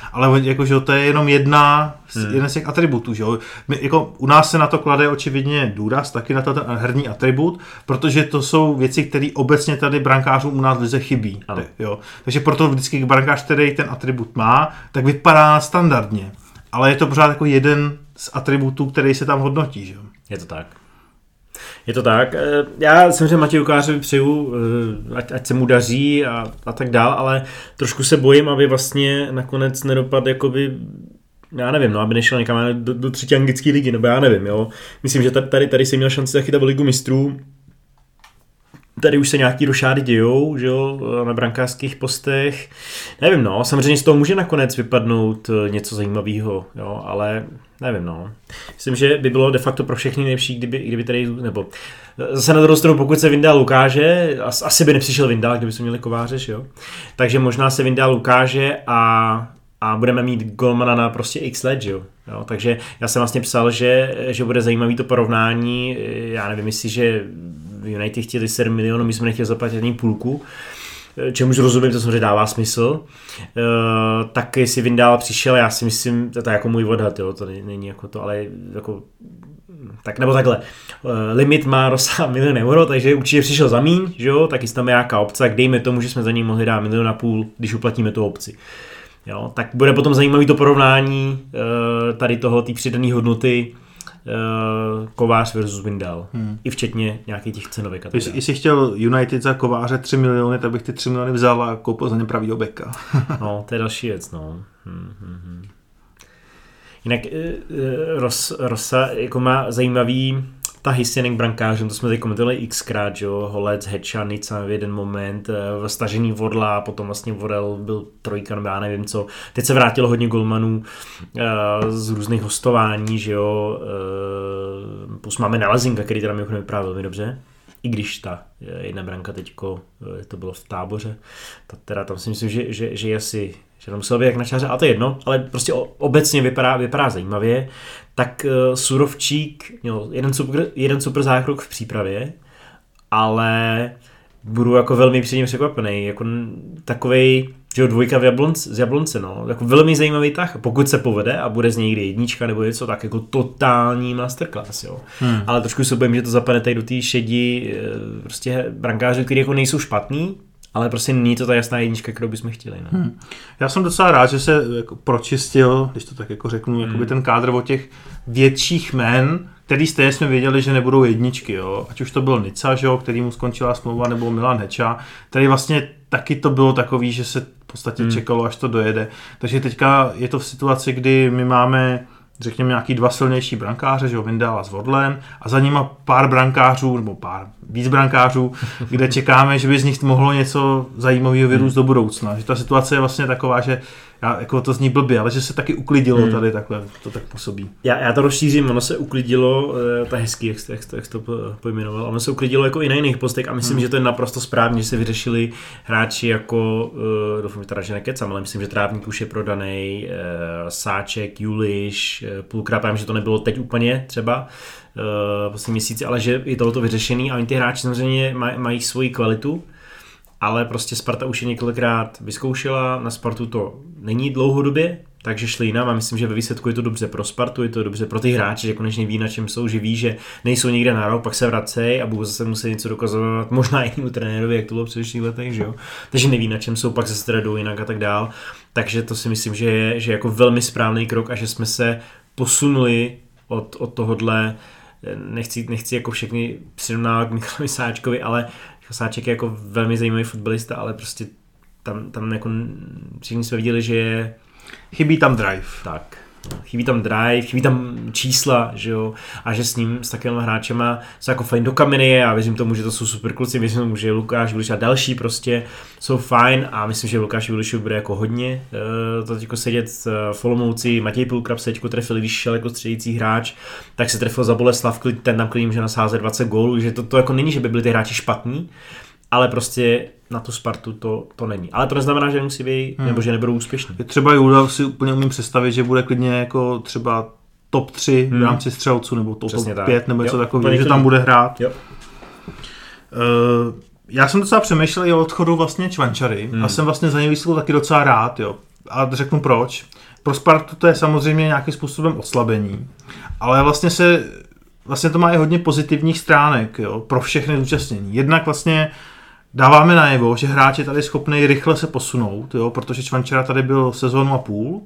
ale jakože to je jenom jeden z těch atributů, že jo. Jako u nás se na to klade očividně důraz, taky na ten herní atribut, protože to jsou věci, které obecně tady brankářům u nás v lize chybí. Jo. Takže proto vždycky brankář, který ten atribut má, tak vypadá standardně. Ale je to pořád jako jeden z atributů, který se tam hodnotí, že jo. Je to tak. Já samozřejmě Matěji Ukářovi přeju, ať se mu daří a tak dál, ale trošku se bojím, aby vlastně nakonec nedopadl jakoby, já nevím, aby nešel někam do třetí anglické ligy, nebo já nevím, jo. Myslím, že tady se měl šanci zachytat v Ligu mistrů. Tady už se nějaký rošády dějou, že jo, na brankářských postech. Nevím, no, samozřejmě z toho může nakonec vypadnout něco zajímavého, jo, ale nevím, no. Myslím, že by bylo de facto pro všechny nejlepší, kdyby tady, nebo zase na druhou stranu, pokud se Vindál ukáže, asi by nepřišel Vindál, kdyby jsme měli Kováře, jo. Takže možná se Vindál ukáže a budeme mít golmana na prostě x let, jo. Takže já jsem vlastně psal, že bude zajímavý to porovnání, já nevím, jestli, že United chtěli 7 milionů, my jsme nechtěli zaplatit ani půlku, čemuž rozumím, to samozřejmě dává smysl. Tak jestli Vindál přišel, já si myslím, to je jako můj odhad, jo, to není jako to, ale jako tak nebo takhle. Limit má rozsah 1 milion euro, takže určitě přišel za míň, že jo, tak jestli tam je nějaká opce, tak dejme tomu, že jsme za ní mohli dát 1,5 milionu, když uplatíme tu opci. Jo, tak bude potom zajímavý to porovnání tady toho, té přidané hodnoty Kovář versus Vindál. I včetně nějakých těch cenovek. Jestli chtěl United za Kováře 3 miliony, tak bych ty 3 miliony vzal a koupil za ně pravýho beka. No, to je další věc, no. Jinak Rosa jako má zajímavý tahy stěnek brankářům, to jsme tady komentovali xkrát, že jo, Holec, Heča, Nica v jeden moment, stažený Vodla, potom vlastně Vodel byl trojka, nebo já nevím co. Teď se vrátilo hodně golmanů z různých hostování, že jo, plus máme Nelazinka, který teda mimochodem vypadá velmi dobře, i když ta jedna branka teďko, to bylo v Táboře, teda tam si myslím, že asi že to muselo být jak na čáře, ale to je jedno, ale prostě obecně vypadá zajímavě, tak Surovčík měl jeden super zákrok v přípravě, ale budu jako velmi příjemně překvapený, jako takovej, že dvojka z Jablonce, no, jako velmi zajímavý tah, pokud se povede a bude z něj někdy jednička nebo něco, tak jako totální masterclass, jo. Ale trošku se bojím, že to zapadne tady do té šedi prostě brankářů, kteří jako nejsou špatný, ale prostě není to ta jasná jednička, kterou bychom chtěli. Ne? Já jsem docela rád, že se jako pročistil, když to tak jako řeknu, jakoby ten kádr od těch větších jmen, který stejně jsme věděli, že nebudou jedničky. Jo? Ať už to byl Nica, že jo, který mu skončila smlouva, nebo Milan Heča. Tady vlastně taky to bylo takový, že se v podstatě čekalo, až to dojede. Takže teďka je to v situaci, kdy my máme řekněme nějaký 2 silnější brankáře, že jo, Vindála s Vodlem a za nima pár brankářů, nebo víc brankářů, kde čekáme, že by z nich mohlo něco zajímavého vyrůst do budoucna. Že ta situace je vlastně taková, že jako to zní blbě, ale že se taky uklidilo tady takhle, to tak působí. Já to rozšířím, ono se uklidilo, to je hezký, jak to pojmenoval, ono se uklidilo jako i na jiných postech a myslím, že to je naprosto správně, že se vyřešili hráči jako, doufám, že nekecám, ale myslím, že Trávník už je prodaný, Sáček, Juliš, Půlkrát, že to nebylo teď úplně třeba poslední měsíci, ale že je tohleto vyřešený a oni ty hráči samozřejmě mají svoji kvalitu, ale prostě Sparta už je několikrát vyzkoušela, na Spartu to není dlouhodobě, takže šli jinam a myslím, že ve výsledku je to dobře pro Spartu, je to dobře pro ty hráče, že konečně ví, na čem jsou, že ví, že nejsou někde na rok, pak se vracejí a budou zase muset něco dokazovat, možná jinému trenérovi, jak to bylo v předešlých letech, že jo. Takže neví, na čem jsou, pak se stradou jinak a tak dál. Takže to si myslím, že je jako velmi správný krok a že jsme se posunuli od tohodle, nechci jako všechny přirovnávat k Michalovi Sáčkovi, ale Sáček je jako velmi zajímavý fotbalista, ale prostě tam jako všichni jsme viděli, že je... Chybí tam drive. Tak. Chybí tam drive, chybí tam čísla, že jo, a že s ním, s takovými hráčema jsou jako fajn do kameny a věřím tomu, že to jsou super kluci, věřím tomu, že Lukáš Juliš a další prostě jsou fajn a myslím, že Lukáš Juliš bude jako hodně to teďko sedět v Olomouci, Matěj Půlkrab se teďko trefil, když šel jako středící hráč, tak se trefil za Boleslav, ten tam klidně může nasázet 20 gólů, že to jako není, že by byli ty hráči špatní, ale prostě na tu Spartu to není. Ale to neznamená, že nemusí být, nebo že nebudou úspěšní. Třeba Juda si úplně umím představit, že bude klidně jako třeba top 3 v rámci střelců, nebo top 5, nebo něco takového, že tam bude hrát. Jo. Já jsem docela přemýšlel i o odchodu vlastně Čvančary a jsem vlastně za něj vysvětlil taky docela rád, jo. A řeknu proč. pro Spartu to je samozřejmě nějakým způsobem oslabení, ale vlastně to má i hodně pozitivních stránek, jo, pro všechny zúčastnění. Jednak vlastně dáváme najevo, že hráč je tady schopný rychle se posunout, jo, protože Čvančara tady byl sezónu a půl.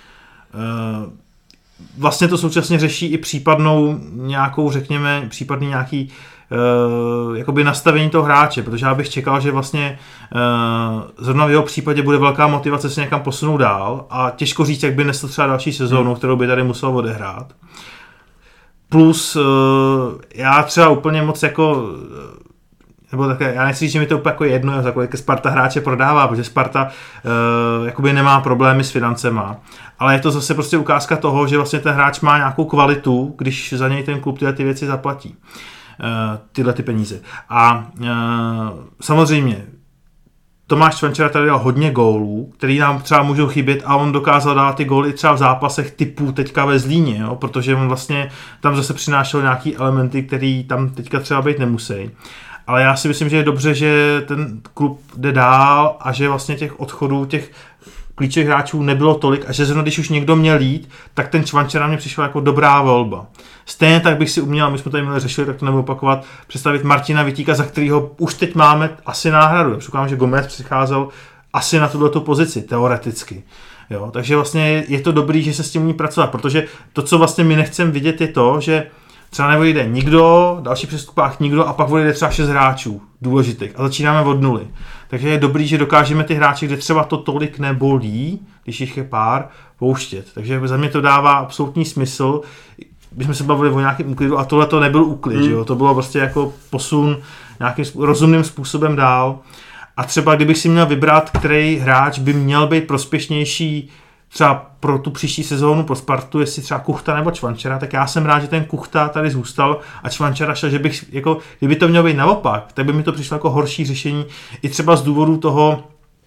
Vlastně to současně řeší i případnou nějakou, řekněme, případný nějaký jakoby nastavení toho hráče, protože já bych čekal, že vlastně zrovna v jeho případě bude velká motivace se někam posunout dál a těžko říct, jak by nesl třeba další sezónu, kterou by tady musel odehrát. Plus já třeba úplně moc jako nebo také, já nechci říct, že mi to úplně jako jedno, za kolik Sparta hráče prodává, protože Sparta jakoby nemá problémy s financema, ale je to zase prostě ukázka toho, že vlastně ten hráč má nějakou kvalitu, když za něj ten klub tyhle ty věci zaplatí, tyhle ty peníze. A samozřejmě Tomáš Čvančara tady dal hodně gólů, který nám třeba můžou chybět a on dokázal dát ty góly třeba v zápasech typu teďka ve Zlíně, jo? Protože on vlastně tam zase přinášel nějaký elementy, který tam teďka třeba být nemusí. Ale já si myslím, že je dobře, že ten klub jde dál a že vlastně těch odchodů, těch klíčových hráčů nebylo tolik a že zrovna když už někdo měl jít, tak ten Čvančara mě přišel jako dobrá volba. Stejně tak bych si uměl, my jsme tady měli řešili, tak to nebudu opakovat, představit Martina Vitíka, za kterého už teď máme asi náhradu. Předpokládám, že Gomez přicházel asi na tuto pozici, teoreticky. Jo, takže vlastně je to dobrý, že se s tím umí pracovat, protože to, co vlastně my nechceme vidět, je to, že třeba nevyjde nikdo, další přestupách nikdo a pak vyjde třeba 6 hráčů důležitých a začínáme od nuly. Takže je dobrý, že dokážeme ty hráče, kde třeba to tolik nebolí, když jich je pár, pouštět. Takže za mě to dává absolutní smysl. Když jsme se bavili o nějakém úklidu a tohle to nebyl úklid, jo? To bylo prostě jako posun nějakým rozumným způsobem dál. A třeba kdybych si měl vybrat, který hráč by měl být prospěšnější třeba pro tu příští sezónu pro Spartu, jestli třeba Kuchta nebo Čvančara, tak já jsem rád, že ten Kuchta tady zůstal a Čvančara šel, že bych, jako, kdyby to mělo být naopak, tak by mi to přišlo jako horší řešení i třeba z důvodu toho,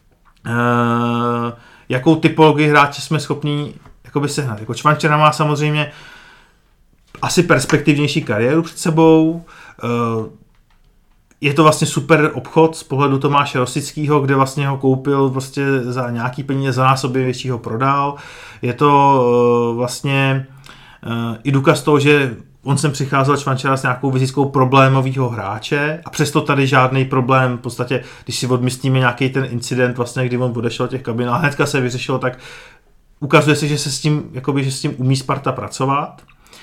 jakou typologii hráče jsme schopni jakoby sehnat. Jako Čvančara má samozřejmě asi perspektivnější kariéru před sebou, je to vlastně super obchod z pohledu Tomáše Rosického, kde vlastně ho koupil prostě za nějaký peníze, za násobě většího prodal. Je to vlastně i důkaz toho, že on sem přicházel Čvančara s nějakou vizitkou problémového hráče a přesto tady žádný problém, v podstatě, když si odmyslíme nějaký ten incident, vlastně, kdy on odešel těch kabin a hnedka se vyřešilo, tak ukazuje se, že se s tím, jakoby, že s tím umí Sparta pracovat.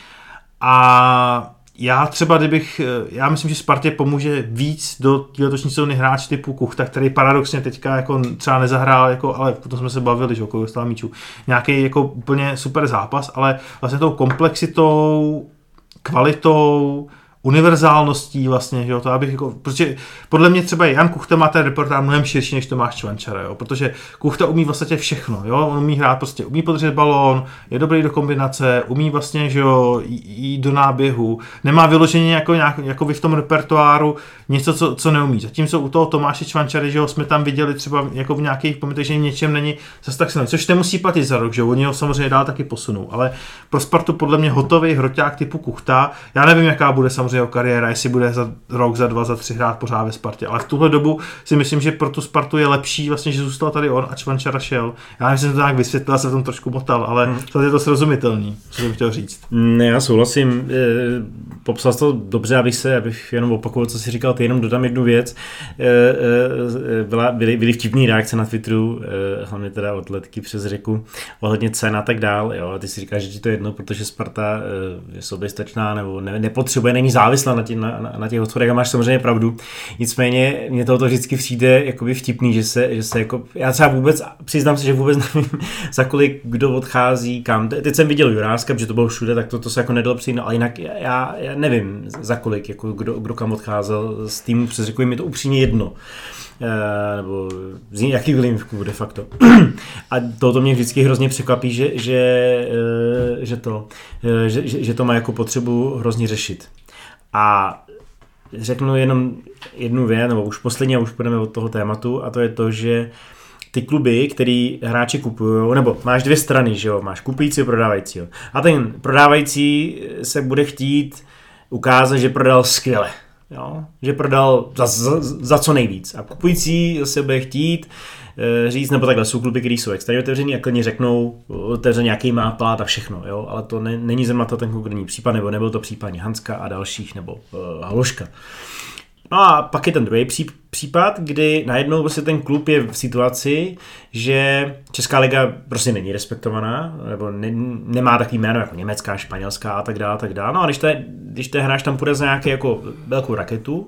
A já třeba já myslím, že Spartě pomůže víc do letošní sezóny hráč typu Kuchta, který paradoxně teďka jako třeba nezahrál, jako, ale potom jsme se bavili, že kolik dostal míčů, nějaký jako úplně super zápas, ale vlastně tou komplexitou, kvalitou, univerzálností vlastně, že jo, to abych jako, protože podle mě třeba Jan Kuchta má ten repertoár mnohem širší než Tomáš Čvančara, jo, protože Kuchta umí vlastně všechno, jo, on umí hrát prostě, umí podržet balón, je dobrý do kombinace, umí vlastně, že jo, jít do náběhu, nemá vyloženě jako v tom repertoáru něco, co neumí. Zatímco u toho Tomáše Čvančary, že jo, jsme tam viděli třeba jako v nějakých momentech, že něčem není zase tak silný, což nemusí platit za rok, že jo, oni ho samozřejmě dál taky posunou, ale pro Spartu podle mě hotový hroťák typu Kuchta, já nevím, jaká bude samozřejmě kariéra, jestli bude za rok, za 2, za 3 hrát pořád ve Spartě. Ale v tuhle dobu si myslím, že pro tu Spartu je lepší vlastně, že zůstal tady on a Čvančara šel. Já nevím, že jsem to tak vysvětlil, se v tom trošku motal, ale to je to srozumitelný, co jsem chtěl říct. Ne, já souhlasím. Popsal to dobře, abych jenom opakoval, co jsi říkal, ty jenom dodám jednu věc. Byly vtipný reakce na Twitteru, hlavně teda od Letky přes řeku, ohledně cen a tak dál. Jo. A ty si říkáš, že ti to je jedno, protože Sparta je soběstačná nebo nepotřebuje, není závislá na těch odchodech a máš samozřejmě pravdu. Nicméně mě tohoto vždycky přijde jakoby vtipný, že se jako, já třeba vůbec, přiznám se, že vůbec nevím, za kolik kdo odchází, kam. Teď jsem viděl Juráska, protože to bylo všude, tak to se jako nedalo přijít, no, ale jinak já nevím, za kolik, jako kdo kam odcházel s tím, přes řeku, mi to upřímně jedno. Nebo z jakých vlivů de facto. A to mě vždycky hrozně překvapí, že to má jako potřebu hrozně řešit. A řeknu jenom jednu věc, nebo už posledně, už půjdeme od toho tématu, a to je to, že ty kluby, který hráči kupují, nebo máš dvě strany, že jo, máš kupující a prodávajícího. A ten prodávající se bude chtít ukázat, že prodal skvěle. jo? Že prodal za co nejvíc. A kupující se bude chtít říct, nebo takhle jsou kluby, které jsou extrémně otevřený a klidně řeknou, otevře nějaký má plát a všechno, jo? Ale to není zrovna ten konkrétní případ, nebo nebyl to případně Hanska a dalších, nebo Haloška. No a pak je ten druhý případ, kdy najednou prostě ten klub je v situaci, že Česká liga prostě není respektovaná, nebo nemá takový jméno jako německá, španělská a tak dále, tak dále. No a když ten hráč tam půjde za nějaký jako velkou raketu,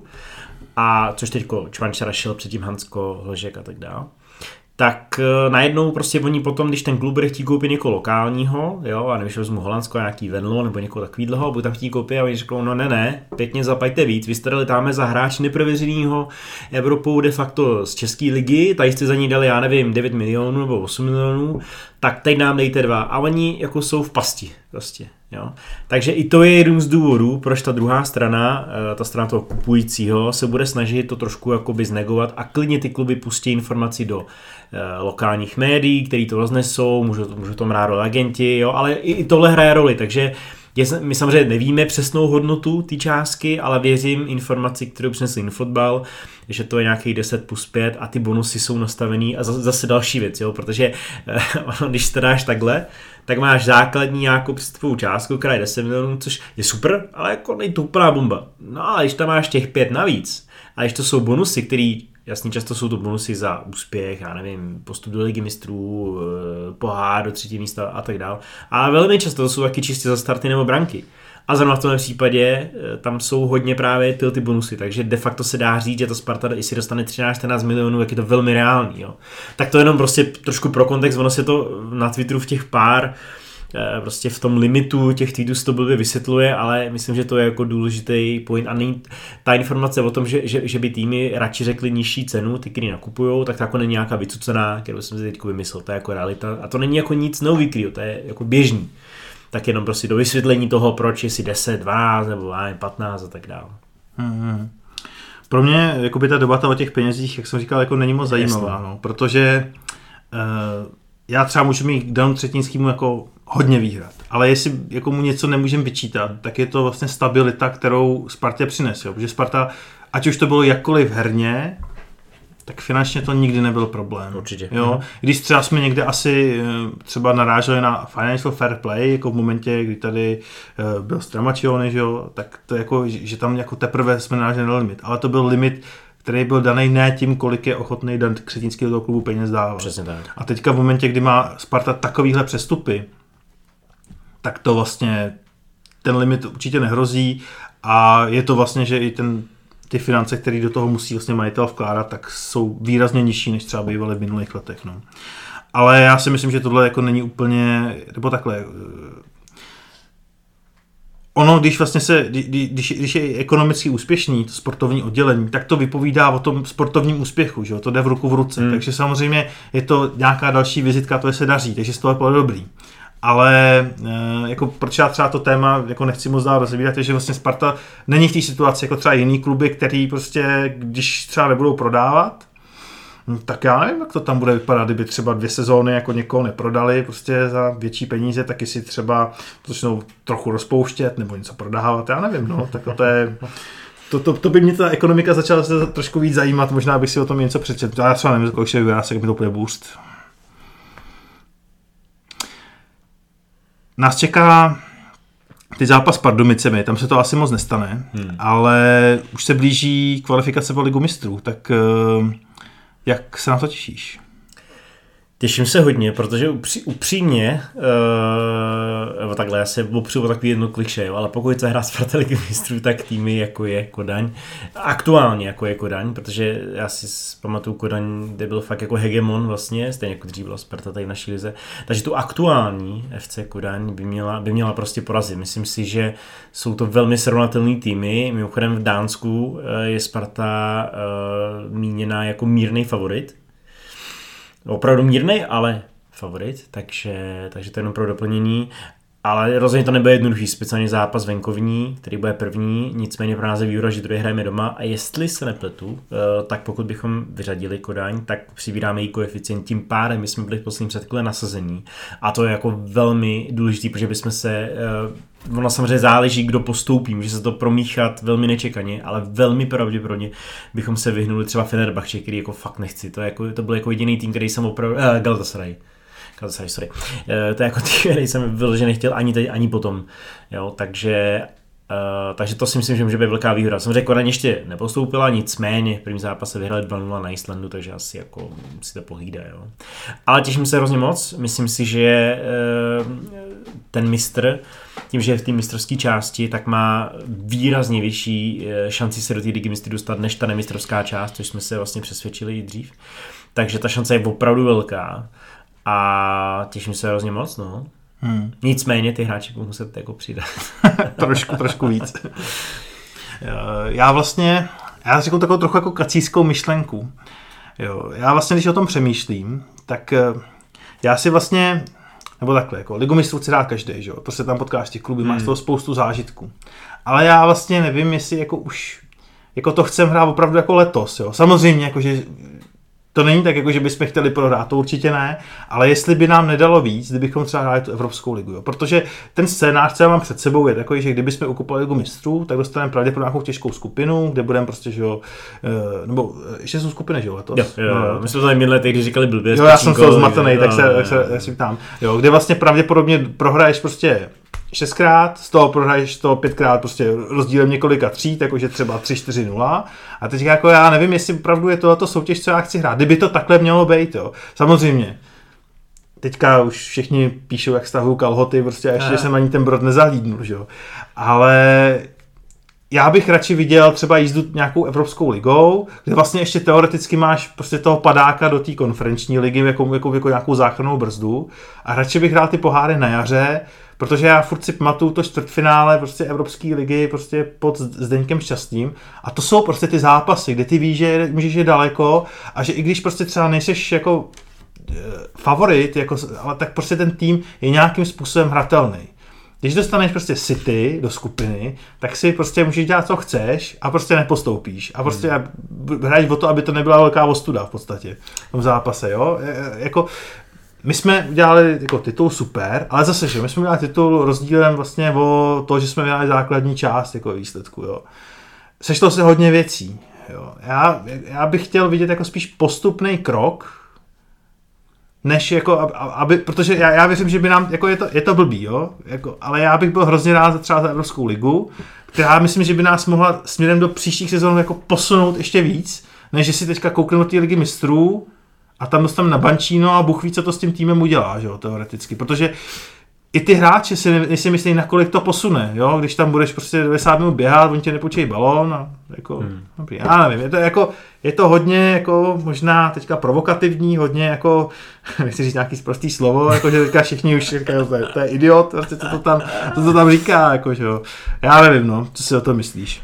a což teďko Čvančara šel předtím Hansko, Hložek a tak dále, tak najednou prostě oni potom, když ten klub bude chtít koupit někoho lokálního, jo, a nevíš, vezmu Holandsko, nějaký Venlo nebo někoho takovýhleho, bude tam chtít koupit a oni řeknou, no ne, pěkně zaplaťte víc, vy jste dali tam za hráč neprověřenýho Evropou de facto z České ligy, tady jste za ní dali, já nevím, 9 milionů nebo 8 milionů, tak teď nám dejte 2 a oni jako jsou v pasti prostě. Jo. Takže i to je jeden z důvodů, proč ta druhá strana, ta strana toho kupujícího, se bude snažit to trošku jakoby znegovat a klidně ty kluby pustí informaci do lokálních médií, který to roznesou, můžou to hrát roli agenti, jo, ale i tohle hraje roli, takže my samozřejmě nevíme přesnou hodnotu té částky, ale věřím informaci, kterou přinesl Infotbal, že to je nějakých 10+5 a ty bonusy jsou nastavený a zase další věc, jo, protože když to dáš takhle, tak máš základní nějakou přístupovou částku, která je 10 milionů, což je super, ale jako není to úplná bomba. No ale když tam máš těch 5 navíc, a když to jsou bonusy, který jasně často jsou to bonusy za úspěch, já nevím, postup do ligy mistrů, pohár do 3. místa a tak dále. Ale velmi často to jsou taky čistě za starty nebo branky. A zrovna v tomhle případě tam jsou hodně právě ty bonusy, takže de facto se dá říct, že to Sparta, jestli dostane 13-14 milionů, jak je to velmi reálný. Jo. Tak to jenom prostě trošku pro kontext, ono se to na Twitteru v těch pár, prostě v tom limitu těch tweetů se to blbě vysvětluje, ale myslím, že to je jako důležitý point a není ta informace o tom, že by týmy radši řekli nižší cenu, ty, který nakupujou, tak to jako není nějaká vycucená, kterou jsem si teď vymyslel, to je jako realita a to není jako nic nový, to je jako běžný. Tak jenom prostě do vysvětlení toho, proč jestli 10, 12 nebo 15 a tak dále. Pro mě jakoby ta debata o těch penězích, jak jsem říkal, jako není moc zajímavá, no, protože já třeba můžu mít k danou třetinskému jako hodně výhrad, ale jestli jako mu něco nemůžeme vyčítat, tak je to vlastně stabilita, kterou Spartě přines, jo, protože Sparta, ať už to bylo jakkoliv herně, tak finančně to nikdy nebyl problém. Určitě. Jo? Když třeba jsme někde asi třeba naráželi na financial fair play, jako v momentě, kdy tady byl Stramaccioni, že jo, tak to jako, že tam jako teprve jsme naráželi na limit. Ale to byl limit, který byl daný ne tím, kolik je ochotný Dan Křetínský do toho klubu peněz dávat. Přesně tak. A teďka v momentě, kdy má Sparta takovýhle přestupy, tak to vlastně ten limit určitě nehrozí a je to vlastně, že i ty finance, které do toho musí vlastně majitel vkládat, tak jsou výrazně nižší, než třeba bývaly v minulých letech. No. Ale já si myslím, že tohle jako není úplně, nebo takhle. Ono, když vlastně když je ekonomicky úspěšný, to sportovní oddělení, tak to vypovídá o tom sportovním úspěchu, že jo? To jde v ruku v ruce. Takže samozřejmě je to nějaká další vizitka, to je se daří, takže z toho je dobrý. Ale jako proč já třeba to téma jako nechci moc dál rozebírat, je, že vlastně Sparta není v té situaci jako třeba jiný kluby, který prostě, když třeba nebudou prodávat, tak já nevím, jak to tam bude vypadat, kdyby třeba 2 sezóny jako někoho neprodali prostě za větší peníze, tak jestli třeba začnou trochu rozpouštět nebo něco prodávat, já nevím, no, tak to je... To by mě ta ekonomika začala se trošku víc zajímat, možná bych si o tom něco přečetl. Já třeba nevím, kolik se vybrát, jak mi to bude boost. Nás čeká teď zápas s Pardubicemi, tam se to asi moc nestane, ale už se blíží kvalifikace pro Ligu mistrů, tak jak se na to těšíš? Těším se hodně, protože upřímně, takhle, já se opřu o takový jedno klišé, ale pokud se hrá Sparta Ligy mistrů, tak týmy jako je Kodaň, aktuálně jako je Kodaň, protože já si pamatuju Kodaň, kde byl fakt jako hegemon vlastně, stejně jako dřív byla Sparta tady v naší lize, takže tu aktuální FC Kodaň by měla prostě porazit. Myslím si, že jsou to velmi srovnatelný týmy, mimochodem v Dánsku je Sparta míněná jako mírnej favorit, opravdu mírnej, ale favorit, takže to je jenom pro doplnění. Ale rozhodně to nebude jednoduchý, speciálně zápas venkovní, který bude první, nicméně pro nás je výhoda, že druhý hrajeme doma a jestli se nepletu, tak pokud bychom vyřadili Kodaň, tak přibíráme její koeficient, tím pádem my jsme byli v posledním předkole nasazení a to je jako velmi důležitý, protože bychom se, ono samozřejmě záleží, kdo postoupí, může se to promíchat velmi nečekaně, ale velmi pravděpodobně bychom se vyhnuli třeba Fenerbahce, který jako fakt nechci, to byl jako jediný tým, který jsem opravdu, Galatasaray, sorry. To je jako tým, který jsem vyloženě nechtěl ani teď, ani potom. Jo, takže to si myslím, že může být velká výhoda. Samozřejmě Kodaň ještě nepostoupila, nicméně v prvním zápase vyhrali 2-0 na Islandu, takže asi jako si to pohlídá. Jo. Ale těším se hrozně moc. Myslím si, že ten mistr, tím, že je v té mistrovské části, tak má výrazně vyšší šanci se do té ligy mistrů dostat, než ta nemistrovská část, což jsme se vlastně přesvědčili dřív. Takže ta šance je opravdu velká. A těším se hrozně moc, no. Nicméně ty hráči budou muset jako přidat. trošku víc. Já řeknu takovou trochu jako kacískou myšlenku. Jo, já vlastně, když o tom přemýšlím, tak já si vlastně, nebo takhle, jako Ligu mistrů chci rád každý, že jo, to se tam potkáš těch klubů, máš z toho spoustu zážitků. Ale já vlastně nevím, jestli jako už, jako to chcem hrát opravdu jako letos, jo. Samozřejmě, jakože to není tak, jako že bychom chtěli prohrát, to určitě ne, ale jestli by nám nedalo víc, kdybychom třeba hráli tu Evropskou ligu. Jo? Protože ten scénář, co já mám před sebou, je takový, že kdybychom ukupovali Ligu mistrů, tak dostaneme pravděpodobně nějakou těžkou skupinu, kde budeme prostě, že jo, nebo ještě jsou skupiny, že jo, letos. Jo. My jsme to tady minulé, když říkali blbě. Jo, já jsem z toho zmatený, tak se ptám. Jo, kde vlastně pravděpodobně prohraješ prostě 6krát, z toho prohraješ to 5krát prostě rozdílem několika tříd, jakože třeba 3-4-0. A teď jako já nevím, jestli opravdu je tohleto soutěž, co já chci hrát. Kdyby to takhle mělo být, jo. Samozřejmě. Teďka už všichni píšou, jak stahují kalhoty, prostě a ještě jsem ani ten brod nezahlídnul, že jo. Ale já bych radši viděl třeba jízdu nějakou Evropskou ligou, kde vlastně ještě teoreticky máš prostě toho padáka do té konferenční ligy jako nějakou záchrannou brzdu a radši bych hrál ty poháry na jaře, protože já furt si pamatuju to čtvrtfinále prostě Evropské ligy prostě pod Zdeňkem Šťastným a to jsou prostě ty zápasy, kde ty víš, že můžeš jít daleko a že i když prostě třeba nejseš jako favorit, jako, ale tak prostě ten tým je nějakým způsobem hratelný. Když dostaneš prostě City do skupiny, tak si prostě můžeš dělat, co chceš a prostě nepostoupíš. A prostě hraješ o to, aby to nebyla velká ostuda v podstatě v zápase, jo. Jako, my jsme udělali jako titul super, ale zase, že my jsme udělali titul rozdílem vlastně o to, že jsme udělali základní část jako výsledku, jo. Sešlo se hodně věcí, jo. Já bych chtěl vidět jako spíš postupný krok, než jako, aby, protože já věřím, že by nám, jako je to blbý, jo, jako, ale já bych byl hrozně rád třeba za Evropskou ligu, která myslím, že by nás mohla směrem do příštích sezónů jako posunout ještě víc, než že si teďka koukneme do té ligy mistrů a tam dostaneme na bančíno a Bůh ví, co to s tím týmem udělá, že jo, teoreticky, protože i ty hráči si myslí, nakolik to posune, jo, když tam budeš prostě 90 minut běhat, oni tě nepůjčejí balón a jako, dobrý, já nevím, je to hodně jako možná teďka provokativní, hodně jako, nechci říct nějaký sprostý slovo, jako že teďka všichni už říkají, to je idiot, prostě co to tam říká, jako, že jo, já nevím, no, co si o tom myslíš?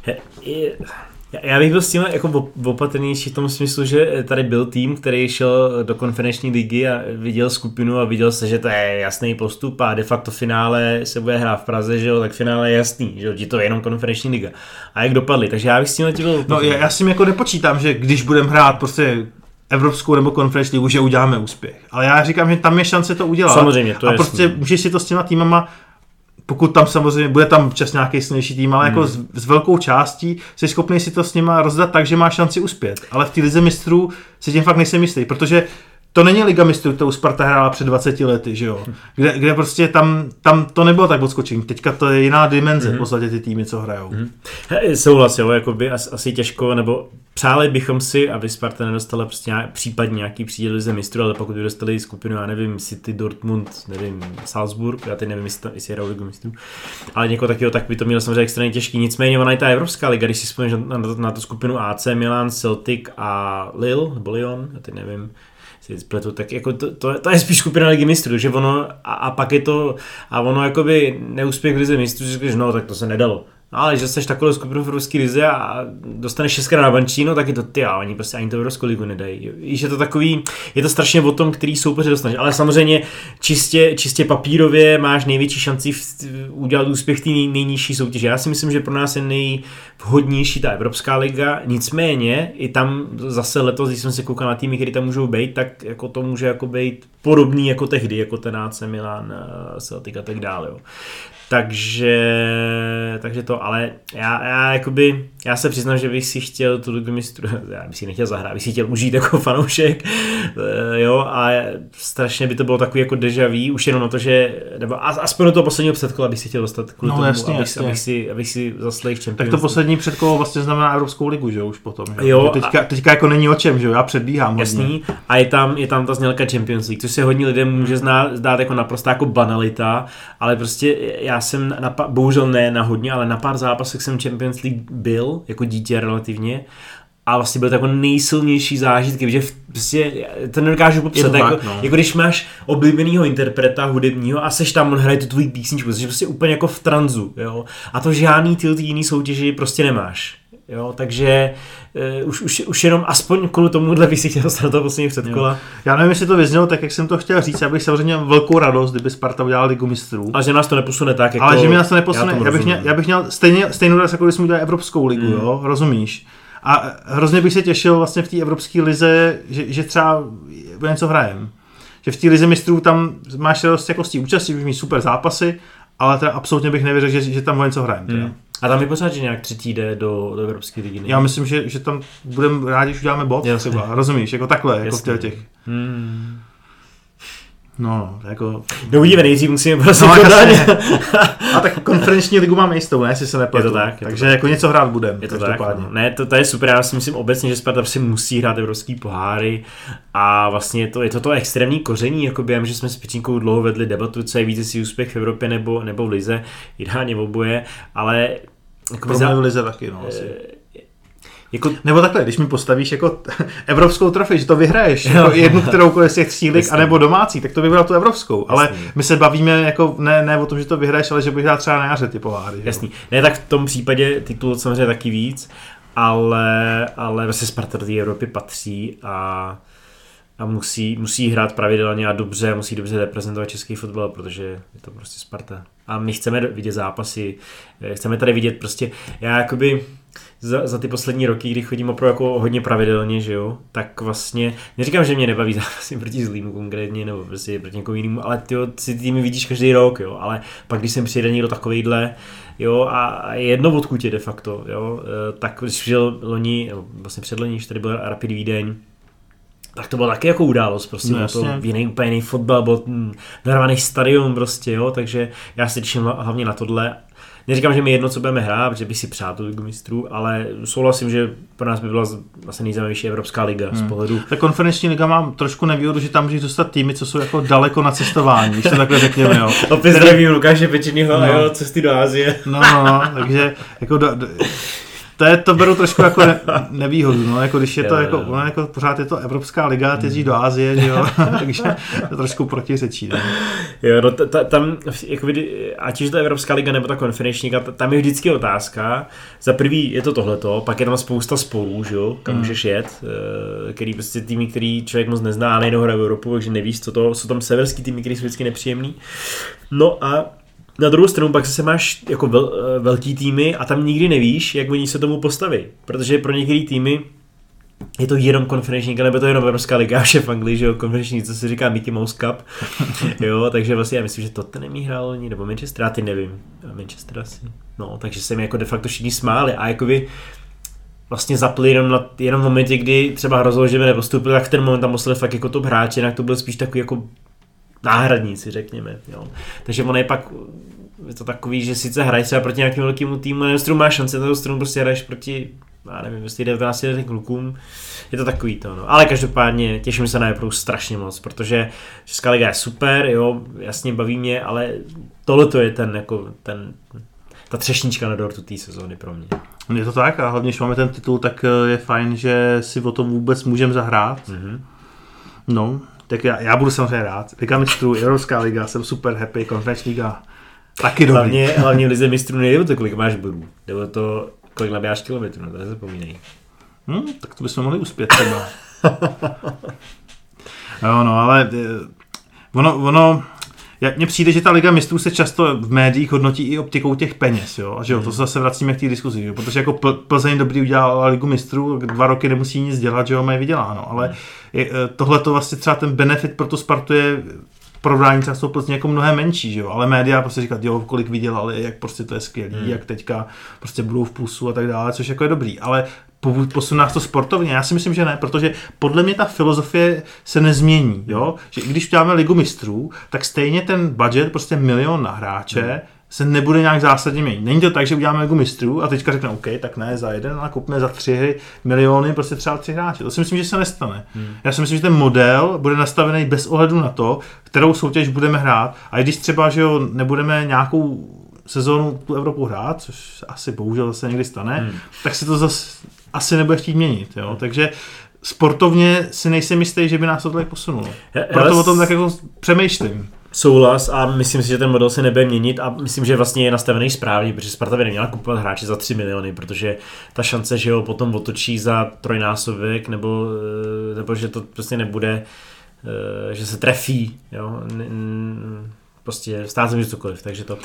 Já bych byl s tím jako opatrnější v tom smyslu, že tady byl tým, který šel do konferenční ligy a viděl skupinu a viděl se, že to je jasný postup a de facto finále se bude hrát v Praze, že jo, tak finále je jasný, že jo, to je jenom konferenční liga. A jak dopadli, takže já bych s tím byl... No já s tím jako nepočítám, že když budeme hrát prostě Evropskou nebo konferenční ligu, že uděláme úspěch. Ale já říkám, že tam je šance to udělat. Samozřejmě, to je. A prostě můžeš si to s těma týmama, pokud tam samozřejmě bude tam čas nějaký silnější tým, ale jako s velkou částí jsi schopný si to s nima rozdat tak, že má šanci uspět. Ale v té lize mistrů si tím fakt nejsem jistý, protože to není Liga mistrů, kterou Sparta hrála před 20 lety, že jo? Kde prostě tam to nebylo tak odskočení. Teďka to je jiná dimenze, v podstatě ty týmy, co hrajou. Souhlas, jo, jakoby asi těžko, nebo přáli bychom si, aby Sparta nedostala prostě případně nějaký příděl Lize mistrů, ale pokud by dostali skupinu, já nevím, City, Dortmund, nevím, Salzburg, já teď nevím, jestli hrajou Ligu mistrů, ale někoho takového, tak by to mělo samozřejmě extrémně těžký. Nicméně ona je ta Evropská liga, když si vzpomínáš na tu skupinu AC, Milan, Celtic a Lille, nebo Lyon, já teď nevím, spletu, tak jako to je spíš skupina Ligy mistrů, že ono a pak je to a ono jakoby neúspěch v Lize mistrů, že říkáš, no tak to se nedalo. No, ale že jsi takovou skupinu v Evropské lize a dostaneš 6krát na bančínu, tak je to ty, oni prostě ani to Evropskou ligu nedají. Víš, je to takový, je to strašně o tom, který soupeře dostaneš, ale samozřejmě čistě papírově máš největší šanci udělat úspěch té nejnižší soutěže. Já si myslím, že pro nás je nejvhodnější ta Evropská liga, nicméně i tam zase letos, když jsem se koukal na týmy, které tam můžou být, tak jako to může jako být podobný jako tehdy, jako ten AC Milan, Celtic a tak dále. Jo. Takže to, ale já se přiznám, že bych si chtěl tu ligu mistrů, já bych si nechtěl zahrát, bych si chtěl užít jako fanoušek, jo, a strašně by to bylo takový jako déjà vu, už jenom na to, že, nebo aspoň do toho posledního předkola bych si chtěl dostat kvůli tomu, jasně. Abych si zaslech Champions. Tak to poslední předkolo vlastně znamená Evropskou ligu, že jo, už potom, jo. Teďka jako není o čem, že jo, já předbíhám hodně. Jasný, a je tam ta znělka Champions League, což se hodně lidem může zdát jako naprosto jako banalita, ale prostě já jsem bohužel ne na hodně, ale na pár zápasech jsem Champions League byl, jako dítě relativně, a vlastně byl to jako nejsilnější zážitky, že prostě to nedokážu popsat, jako když máš oblíbenýho interpreta hudebního a seš tam, on hraje tu tvoji písničku, jsi prostě úplně jako v tranzu, jo, a to žádný ty jiný soutěži prostě nemáš. Jo, takže už jenom aspoň kvůli tomuhle bych si chtěl dostat toho posledního předkola. Já nevím, jestli to vyznělo tak, jak jsem to chtěl říct, já bych samozřejmě měl velkou radost, kdyby Sparta udělala ligu mistrů. Ale že nás to neposune tak, jako... Ale že mě nás to neposune, já bych měl stejnou radost, jako když jsme udělali Evropskou ligu, jo, rozumíš? A hrozně bych se těšil vlastně v té Evropské lize, že třeba něco hrajem. Že v té lize mistrů tam máš radost jako z té účasti, můžeš mít super zápasy, ale teda absolutně bych nevěřil, že tam něco hrajem. A tam je pořád, že nějak třetí jde do Evropské ligy. Já myslím, že tam budeme rádi, když uděláme bod třeba, rozumíš, jako takhle, jako v těch. No, jako... No uvidíme, nejdřív musíme prostě A tak konferenční ligu máme jistou, ne, jestli se nepletu. Je to tak. Takže jako něco hrát budeme. Je to tak, no. Ne, to je super, já si myslím obecně, že Sparta si musí hrát evropský poháry a vlastně je to extrémní koření, jako během, že jsme s Pičínkou dlouho vedli debatu, co je víc si úspěch v Evropě nebo v lize, ideálně oboje, ale... Pro mě v lize taky, no asi. Jako, nebo takhle, když mi postavíš jako evropskou trofej, že to vyhraješ, jako jednu kteroukoliv z těch třílik, anebo domácí, tak to vybral tu evropskou. Jasný. Ale my se bavíme jako ne o tom, že to vyhraješ, ale že bych dal třeba na jaře ty poháry. Jasný. Ne, tak v tom případě titul samozřejmě taky víc, ale vlastně Sparta do té Evropy patří a musí hrát pravidelně a dobře, musí dobře reprezentovat český fotbal, protože je to prostě Sparta. A my chceme vidět zápasy, chceme tady vidět prostě, já jakoby za ty poslední roky, kdy chodím opravdu jako hodně pravidelně, že jo, tak vlastně, neříkám, že mě nebaví zápasy proti zlýmu konkrétně, nebo prostě proti někomu jinému, ale ty týmy vidíš každý rok, jo, ale pak když jsem přijde někdo takovejhle, jo, a jedno odkud je de facto, jo, tak když přijel loni, vlastně předloni, když tady byl Rapid Vídeň, tak to byla taky jako událost, prostě byl to úplně jiný fotbal, byl narvaný stadion prostě, jo, takže já se těším hlavně na tohle. Neříkám, že mi jedno, co budeme hrát, protože bych si přál tu ligu mistrů, ale souhlasím, že pro nás by byla vlastně nejzajímavější Evropská liga z pohledu. Ta konferenční liga mám trošku nevýhodu, že tam můžeš dostat týmy, co jsou jako daleko na cestování, když to takhle řekněme, jo. Opět zdravím Lukáše Pečeného a jo, cesty do Asie. No, takže jako to beru trošku jako nevýhodu, no, jako když je to jako pořád je to Evropská liga, ty jezdíš do Asie, že jo, takže to trošku protiřečí, ne? Jo, no tam, ať už to Evropská liga nebo ta konferenční liga, tam je vždycky otázka, za prvý je to tohleto, pak je tam spousta spolů, že jo, kam můžeš jet, který prostě týmy, který člověk moc nezná, a nejenom hraje v Evropu, takže nevíš, co to, jsou tam severský týmy, který jsou vždycky nepříjemný, no a na druhou stranu pak se máš jako velký týmy a tam nikdy nevíš, jak oni se tomu postaví, protože pro některé týmy je to jenom konferenční liga, nebo to jenom Evropská liga, v Anglii, že jo, konferenční, co se říká Mickey Mouse Cup, jo, takže vlastně já myslím, že Tottenham hrál loni, nebo Manchester, já ty nevím, Manchester asi, no, takže se mi jako de facto všichni smáli a jakoby vlastně zapli jenom v momentě, kdy třeba hrozilo, že by nepostupili, tak v ten moment tam poslali fakt jako top hráče, jinak to byl spíš takový jako náhradníci, řekněme, jo. Takže on je pak, je to takový, že sice hraješ třeba proti nějakému velkému týmu, na jednu máš šance, na druhou stranu prostě hraješ proti, já nevím, prostě 19 klukům, je to takový to, no. Ale každopádně těším se na Evropu strašně moc, protože Česká liga je super, jo, jasně baví mě, ale tohle to je ta třešnička na dortu té sezóny pro mě. Je to tak a hlavně, když máme ten titul, tak je fajn, že si o tom vůbec můžeme zahrát. Mm-hmm. No, tak já budu samozřejmě rád. Liga mistrů, Evropská liga, jsem super happy, konferenční liga. Taky dobrý. Hlavně v lize mistrů nejde o to, kolik máš bodů. Jde o to, kolik nabíjáš kilometrů, no to nezapomínej. Tak to bychom mohli uspět třeba. Jo, no, ale ono mně přijde, že ta Liga mistrů se často v médiích hodnotí i optikou těch peněz, jo, a že jo, to se zase vracíme k té diskuzi, jo, protože jako Plzeň dobrý udělala Ligu mistrů, 2 roky nemusí nic dělat, že jo, mají vyděláno, ale tohle to vlastně třeba ten benefit pro tu Spartu je porovnání třeba s tou Plzní jako mnohem menší, že jo, ale média prostě říkat, jo, kolik vydělali, jak prostě to je skvělý, jak teďka prostě budou v plusu a tak dále, což jako je dobrý, ale posuná to sportovně? Já si myslím, že ne, protože podle mě ta filozofie se nezmění, jo? Že když uděláme Ligu mistrů, tak stejně ten budget, prostě 1 milion na hráče, se nebude nějak zásadně měnit. Není to tak, že uděláme Ligu mistrů a teďka řekne, OK, tak ne za jeden, ale koupíme za 3 miliony prostě třeba 3 hráče. To si myslím, že se nestane. Já si myslím, že ten model bude nastavený bez ohledu na to, kterou soutěž budeme hrát. A i když třeba, že jo, nebudeme nějakou sezónu tu Evropu hrát, což asi bohužel se někdy stane, tak se to zase asi nebude chtít měnit. Jo? Takže sportovně si nejsem jistý, že by nás to tak posunulo. Proto o tom tak jako přemýšlím. Souhlas a myslím si, že ten model se nebude měnit a myslím, že vlastně je nastavený správně, protože Sparta by neměla kupovat hráče za 3 miliony, protože ta šance, že ho potom otočí za 3násobek nebo že to prostě nebude, že se trefí, jo? Prostě stát se může cokoliv, takže to...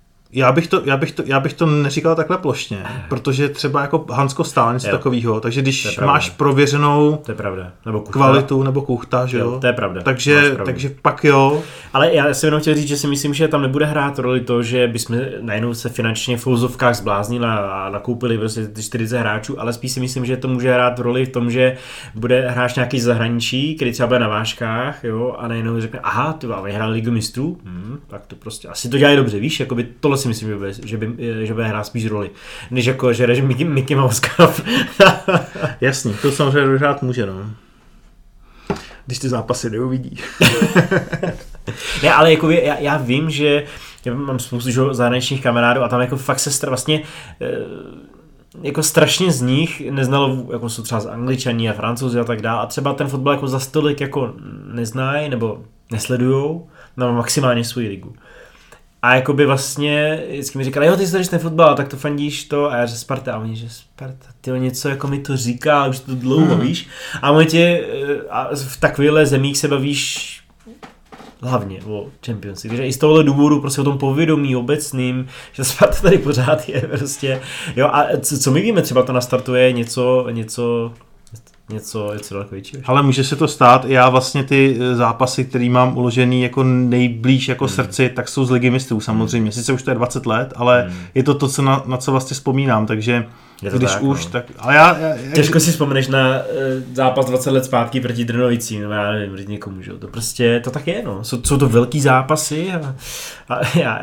Já bych to neříkal takhle plošně, protože třeba jako Hansko stál něco takového, takže když máš prověřenou to je pravda. Nebo kvalitu nebo kuchta, že jo? To je pravda. Takže pak jo. Ale já jsem jenom chtěl říct, že si myslím, že tam nebude hrát roli to, že bychom najednou se finančně v fouzovkách zbláznili a nakoupili prostě ty 40 hráčů, ale spíš si myslím, že to může hrát roli v tom, že bude hráč nějaký zahraničí, který třeba bude na vážkách, jo, a najednou řekne, aha, ty vyhrál Ligu mistrů, tak to prostě asi to dělají dobře, víš, jakoby tohle si myslím, že bude hrát spíš roli, než jako, že jdeš Mickey Mouse Cup. Jasný, to samozřejmě dohrát může, no. Když ty zápasy neuvidí. Ne, ale jako já vím, že já mám spoustu zahraničních kamarádů a tam jako fakt se vlastně jako strašně z nich neznalo, jako jsou třeba z Angličaní a Francouzi a tak dále a třeba ten fotbal jako za stolik jako neznají nebo nesledujou, no maximálně svou ligu. A jakoby vlastně vždycky mi říkali, jo, ty sleduješ ten fotbal, tak to fandíš to, a já že Sparta, a oni, že Sparta, tyjo, něco jako mi to říká, už to dlouho, víš, a oni tě v takovýchhle zemích se bavíš hlavně o Champions League, takže i z tohohle důvodu prostě o tom povědomí obecným, že Sparta tady pořád je prostě, jo, a co my víme, třeba to nastartuje něco daleko většího. Ale může se to stát, já vlastně ty zápasy, který mám uložený jako nejblíž jako srdci, tak jsou z Ligy mistrů samozřejmě. Sice už to je 20 let, ale je to na co vlastně vzpomínám, takže když tak, už, tak... Ale já těžko si vzpomeneš na zápas 20 let zpátky proti Drnovicím, nebo já nevím, někomu, že? To prostě, to tak je, no. Jsou to velký zápasy a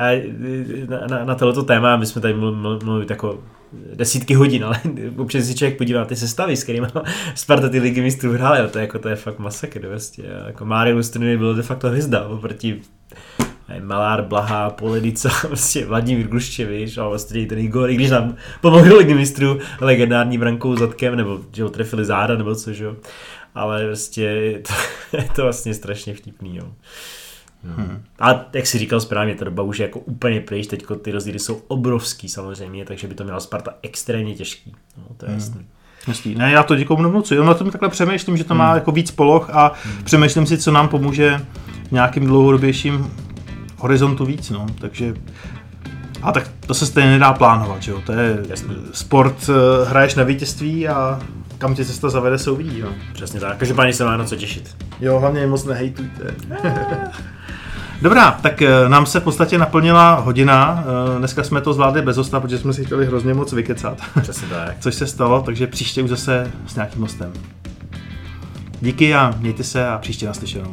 na tohleto téma my jsme tady mluvit jako desítky hodin, ale občas si člověk podívá ty sestavy, s kterými Sparta ty Ligy mistrů hráli, to je fakt masakr, vlastně. Jako Mário Lustriny byl de facto hvězda oproti Malár, Blaha, Poledica, vlastně Vladimír Gluščevič a vlastně ten Igor, i když nám pomohli Ligy mistrů legendární brankou zadkem, nebo že ho trefili záda, nebo co, že jo. Ale vlastně je to vlastně strašně vtipný, jo. Ale jak jsi říkal správně, ta doba už je jako úplně pryč, teďko ty rozdíly jsou obrovský samozřejmě, takže by to měla Sparta extrémně těžký, no, to je jasný. Jasný. Ne, já to nikomu nemlucuji, jenom na tom takhle přemýšlím, že to má jako víc poloh a přemýšlím si, co nám pomůže v nějakým dlouhodobějším horizontu víc, no, takže a tak to se stejně nedá plánovat, že jo, to je sport, hraješ na vítězství a kam tě cesta zavede, se uvidí, jo. Přesně tak, každopádně se má na co těšit. Jo, hlavně moc nehejtujte. Dobrá, tak nám se v podstatě naplnila hodina, dneska jsme to zvládli bez hosta, protože jsme si chtěli hrozně moc vykecat. Přesně tak. Což se stalo, takže příště už zase s nějakým hostem. Díky a mějte se a příště naslyšenou.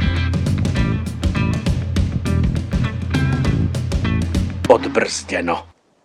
Odbrzděno.